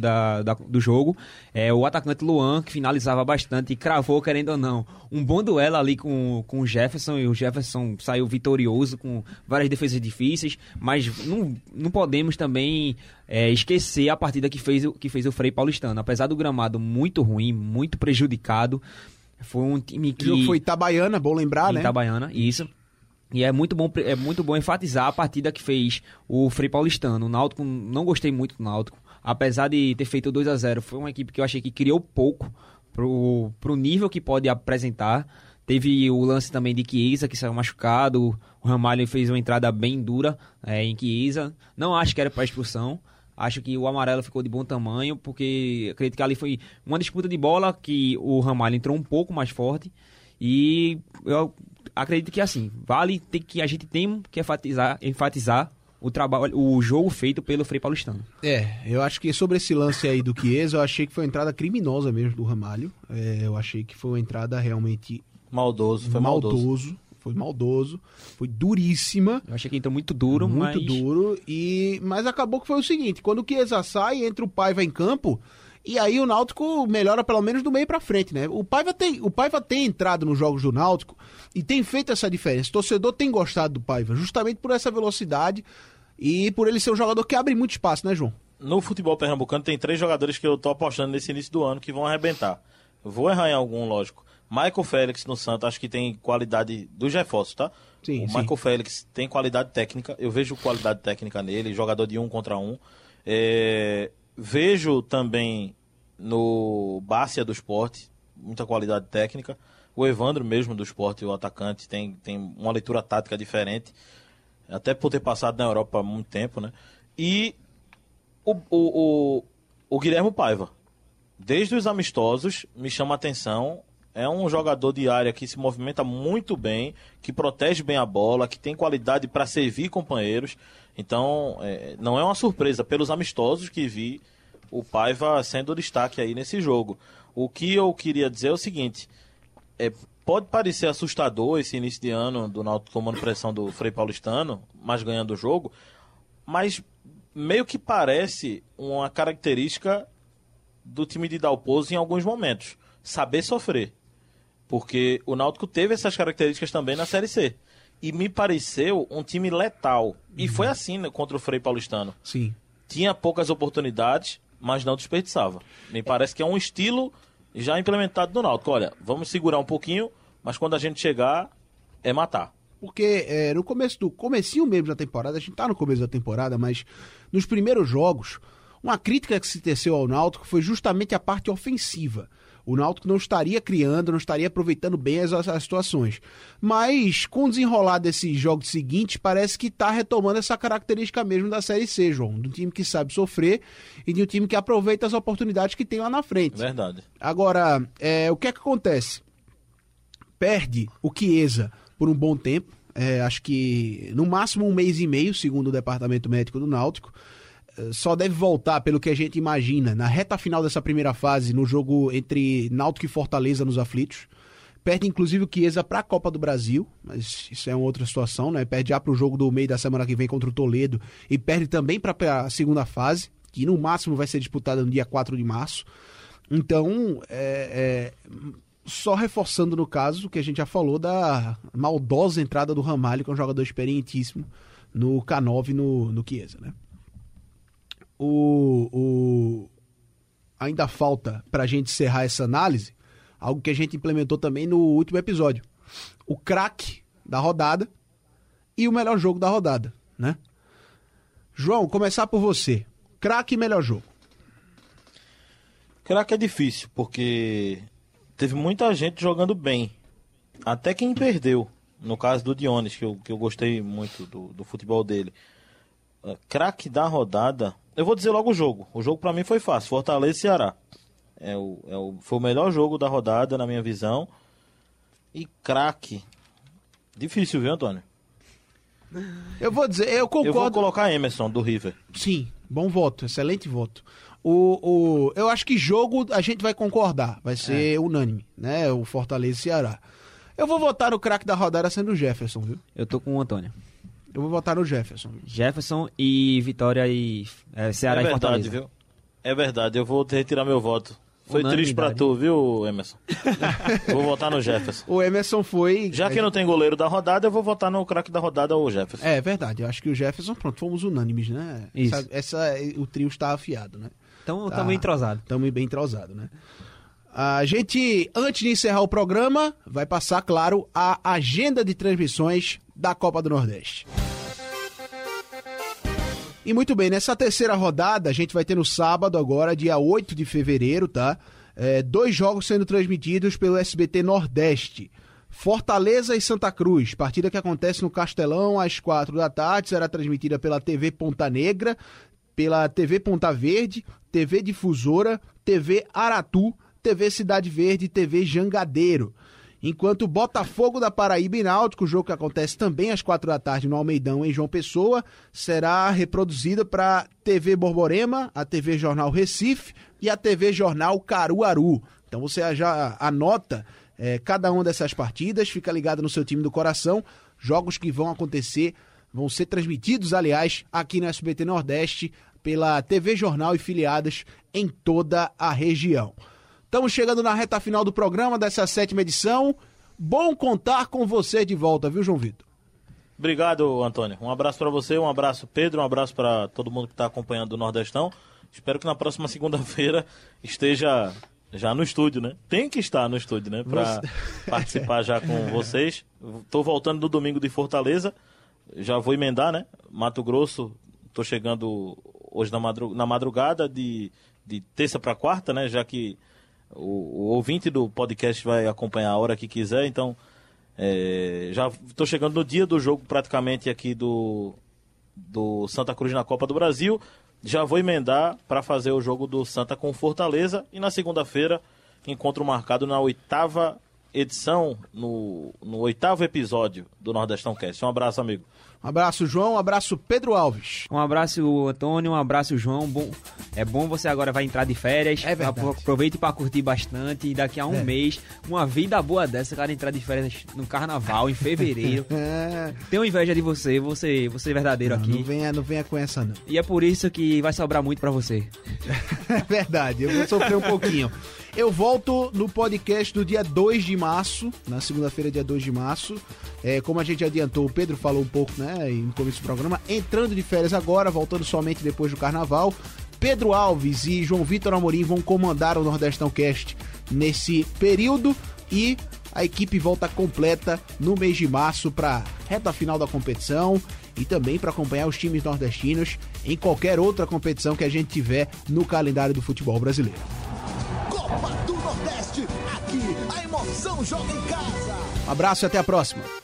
do jogo. O atacante Luan, que finalizava bastante e cravou, querendo ou não, um bom duelo ali com o Jefferson, e o Jefferson saiu vitorioso com várias defesas difíceis, mas não podemos também esquecer a partida que fez o Frei Paulistano. Apesar do gramado muito ruim, muito prejudicado, foi um time que... O jogo foi Itabaiana, bom lembrar, né? Itabaiana, isso. E é muito bom enfatizar a partida que fez o Frei Paulistano. O Náutico, não gostei muito do Náutico. Apesar de ter feito 2-0, foi uma equipe que eu achei que criou pouco pro nível que pode apresentar. Teve o lance também de Chiesa, que saiu machucado. O Ramalho fez uma entrada bem dura em Chiesa. Não acho que era para expulsão. Acho que o amarelo ficou de bom tamanho, porque acredito que ali foi uma disputa de bola que o Ramalho entrou um pouco mais forte. E eu acredito que assim, a gente tem que enfatizar o jogo feito pelo Frei Paulistano. Eu acho que sobre esse lance aí do Chiesa, eu achei que foi uma entrada criminosa mesmo do Ramalho. Eu achei que foi uma entrada realmente... Foi maldoso. Foi duríssima. Eu achei que entrou muito duro, mas acabou que foi o seguinte, quando o Chiesa sai, entra o Paiva em campo, e aí o Náutico melhora pelo menos do meio pra frente, né? O Paiva tem entrado nos jogos do Náutico e tem feito essa diferença. O torcedor tem gostado do Paiva, justamente por essa velocidade e por ele ser um jogador que abre muito espaço, né, João? No futebol pernambucano tem 3 jogadores que eu tô apostando nesse início do ano que vão arrebentar. Vou errar em algum, lógico. Michael Félix no Santos, acho que tem qualidade dos reforços, tá? Sim, Michael Félix tem qualidade técnica, eu vejo qualidade técnica nele, jogador de 1 contra 1. Vejo também no Bárcia do Sport, muita qualidade técnica. O Evandro mesmo do Sport, o atacante, tem uma leitura tática diferente, até por ter passado na Europa há muito tempo, né? E o Guilherme Paiva, desde os amistosos, me chama a atenção. É um jogador de área que se movimenta muito bem, que protege bem a bola, que tem qualidade para servir companheiros. Então, não é uma surpresa pelos amistosos que vi o Paiva sendo destaque aí nesse jogo. O que eu queria dizer é o seguinte, pode parecer assustador esse início de ano do Náutico tomando pressão do Frei Paulistano, mas ganhando o jogo, mas meio que parece uma característica do time de Dalpozo em alguns momentos, saber sofrer. Porque o Náutico teve essas características também na Série C. E me pareceu um time letal. E foi assim, né, contra o Frei Paulistano. Sim. Tinha poucas oportunidades, mas não desperdiçava. Me parece que é um estilo já implementado no Náutico. Olha, vamos segurar um pouquinho, mas quando a gente chegar, é matar. Porque no comecinho mesmo da temporada, a gente tá no começo da temporada, mas nos primeiros jogos, uma crítica que se teceu ao Náutico foi justamente a parte ofensiva. O Náutico não estaria criando, não estaria aproveitando bem as situações. Mas, com o desenrolar desses jogos seguintes, parece que está retomando essa característica mesmo da Série C, João. De um time que sabe sofrer e de um time que aproveita as oportunidades que tem lá na frente. Verdade. Agora, o que é que acontece? Perde o Chiesa por um bom tempo. Acho que no máximo 1 mês e meio, segundo o departamento médico do Náutico. Só deve voltar, pelo que a gente imagina, na reta final dessa primeira fase, no jogo entre Náutico e Fortaleza nos aflitos. Perde inclusive o Chiesa para a Copa do Brasil, mas isso é uma outra situação, né? Perde já para o jogo do meio da semana que vem contra o Toledo e perde também para a segunda fase, que no máximo vai ser disputada no dia 4 de março. Então, só reforçando no caso o que a gente já falou da maldosa entrada do Ramalho, que é um jogador experientíssimo no K9 no Chiesa, né? Ainda falta pra gente encerrar essa análise algo que a gente implementou também no último episódio: o craque da rodada e o melhor jogo da rodada, né? João, começar por você. Craque e melhor jogo. Craque é difícil, porque teve muita gente jogando bem, até quem perdeu, no caso do Dionis, que eu gostei muito do futebol dele. Craque da rodada, eu vou dizer logo o jogo. O jogo pra mim foi fácil, Fortaleza e Ceará. Foi o melhor jogo da rodada, na minha visão. E craque, difícil, viu, Antônio? Eu vou dizer, eu concordo. Eu vou colocar Emerson, do River. Sim, bom voto, excelente voto. Eu acho que jogo a gente vai concordar, vai ser unânime, né? O Fortaleza e Ceará. Eu vou votar no craque da rodada sendo o Jefferson, viu? Eu tô com o Antônio. Eu vou votar no Jefferson. Jefferson e Vitória e Ceará e Fortaleza. Viu? É verdade, eu vou retirar meu voto. Foi triste pra tu, viu, Emerson? Vou votar no Jefferson. O Emerson foi... Já que não tem goleiro da rodada, eu vou votar no craque da rodada, o Jefferson. É verdade, eu acho que o Jefferson, pronto, fomos unânimes, né? Isso. O trio está afiado, né? Então, estamos entrosados. Estamos bem entrosados, né? A gente, antes de encerrar o programa, vai passar, claro, a agenda de transmissões da Copa do Nordeste. E muito bem, nessa terceira rodada, a gente vai ter no sábado agora, dia 8 de fevereiro, tá? 2 jogos sendo transmitidos pelo SBT Nordeste. Fortaleza e Santa Cruz, partida que acontece no Castelão às 4 da tarde, será transmitida pela TV Ponta Negra, pela TV Ponta Verde, TV Difusora, TV Aratu, TV Cidade Verde e TV Jangadeiro. Enquanto Botafogo da Paraíba e Náutico, o jogo que acontece também às 4 da tarde no Almeidão, em João Pessoa, será reproduzido para TV Borborema, a TV Jornal Recife e a TV Jornal Caruaru. Então você já anota cada uma dessas partidas, fica ligado no seu time do coração. Jogos que vão acontecer, vão ser transmitidos, aliás, aqui no SBT Nordeste, pela TV Jornal e filiadas em toda a região. Estamos chegando na reta final do programa dessa 7ª edição. Bom contar com você de volta, viu, João Vitor? Obrigado, Antônio. Um abraço para você, um abraço, Pedro, um abraço para todo mundo que está acompanhando o Nordestão. Espero que na próxima segunda-feira esteja já no estúdio, né? Tem que estar no estúdio, né? Para participar já com vocês. Estou voltando no domingo de Fortaleza. Já vou emendar, né? Mato Grosso, estou chegando hoje na madrugada de terça para quarta, né? Já que o ouvinte do podcast vai acompanhar a hora que quiser, então já estou chegando no dia do jogo praticamente aqui do Santa Cruz na Copa do Brasil. Já vou emendar para fazer o jogo do Santa com Fortaleza e na segunda-feira encontro marcado na 8ª edição, no 8º episódio do Nordestão Cast. Um abraço, amigo. Um abraço, João. Um abraço, Pedro Alves. Um abraço, Antônio. Um abraço, João. É bom você agora vai entrar de férias. É verdade. Aproveite para curtir bastante. E daqui a um mês, uma vida boa dessa, cara, entrar de férias no carnaval, em fevereiro. Tenho inveja de você é verdadeiro aqui. Não venha com essa, não. E é por isso que vai sobrar muito para você. É verdade, eu vou sofrer um pouquinho. Eu volto no podcast do dia 2 de março, na segunda-feira, dia 2 de março. Como a gente adiantou, o Pedro falou um pouco, né, no começo do programa, entrando de férias agora, voltando somente depois do carnaval. Pedro Alves e João Vitor Amorim vão comandar o Nordestão Cast nesse período e a equipe volta completa no mês de março para reta final da competição e também para acompanhar os times nordestinos em qualquer outra competição que a gente tiver no calendário do futebol brasileiro. Copa do Nordeste, aqui a emoção joga em casa. Um abraço e até a próxima.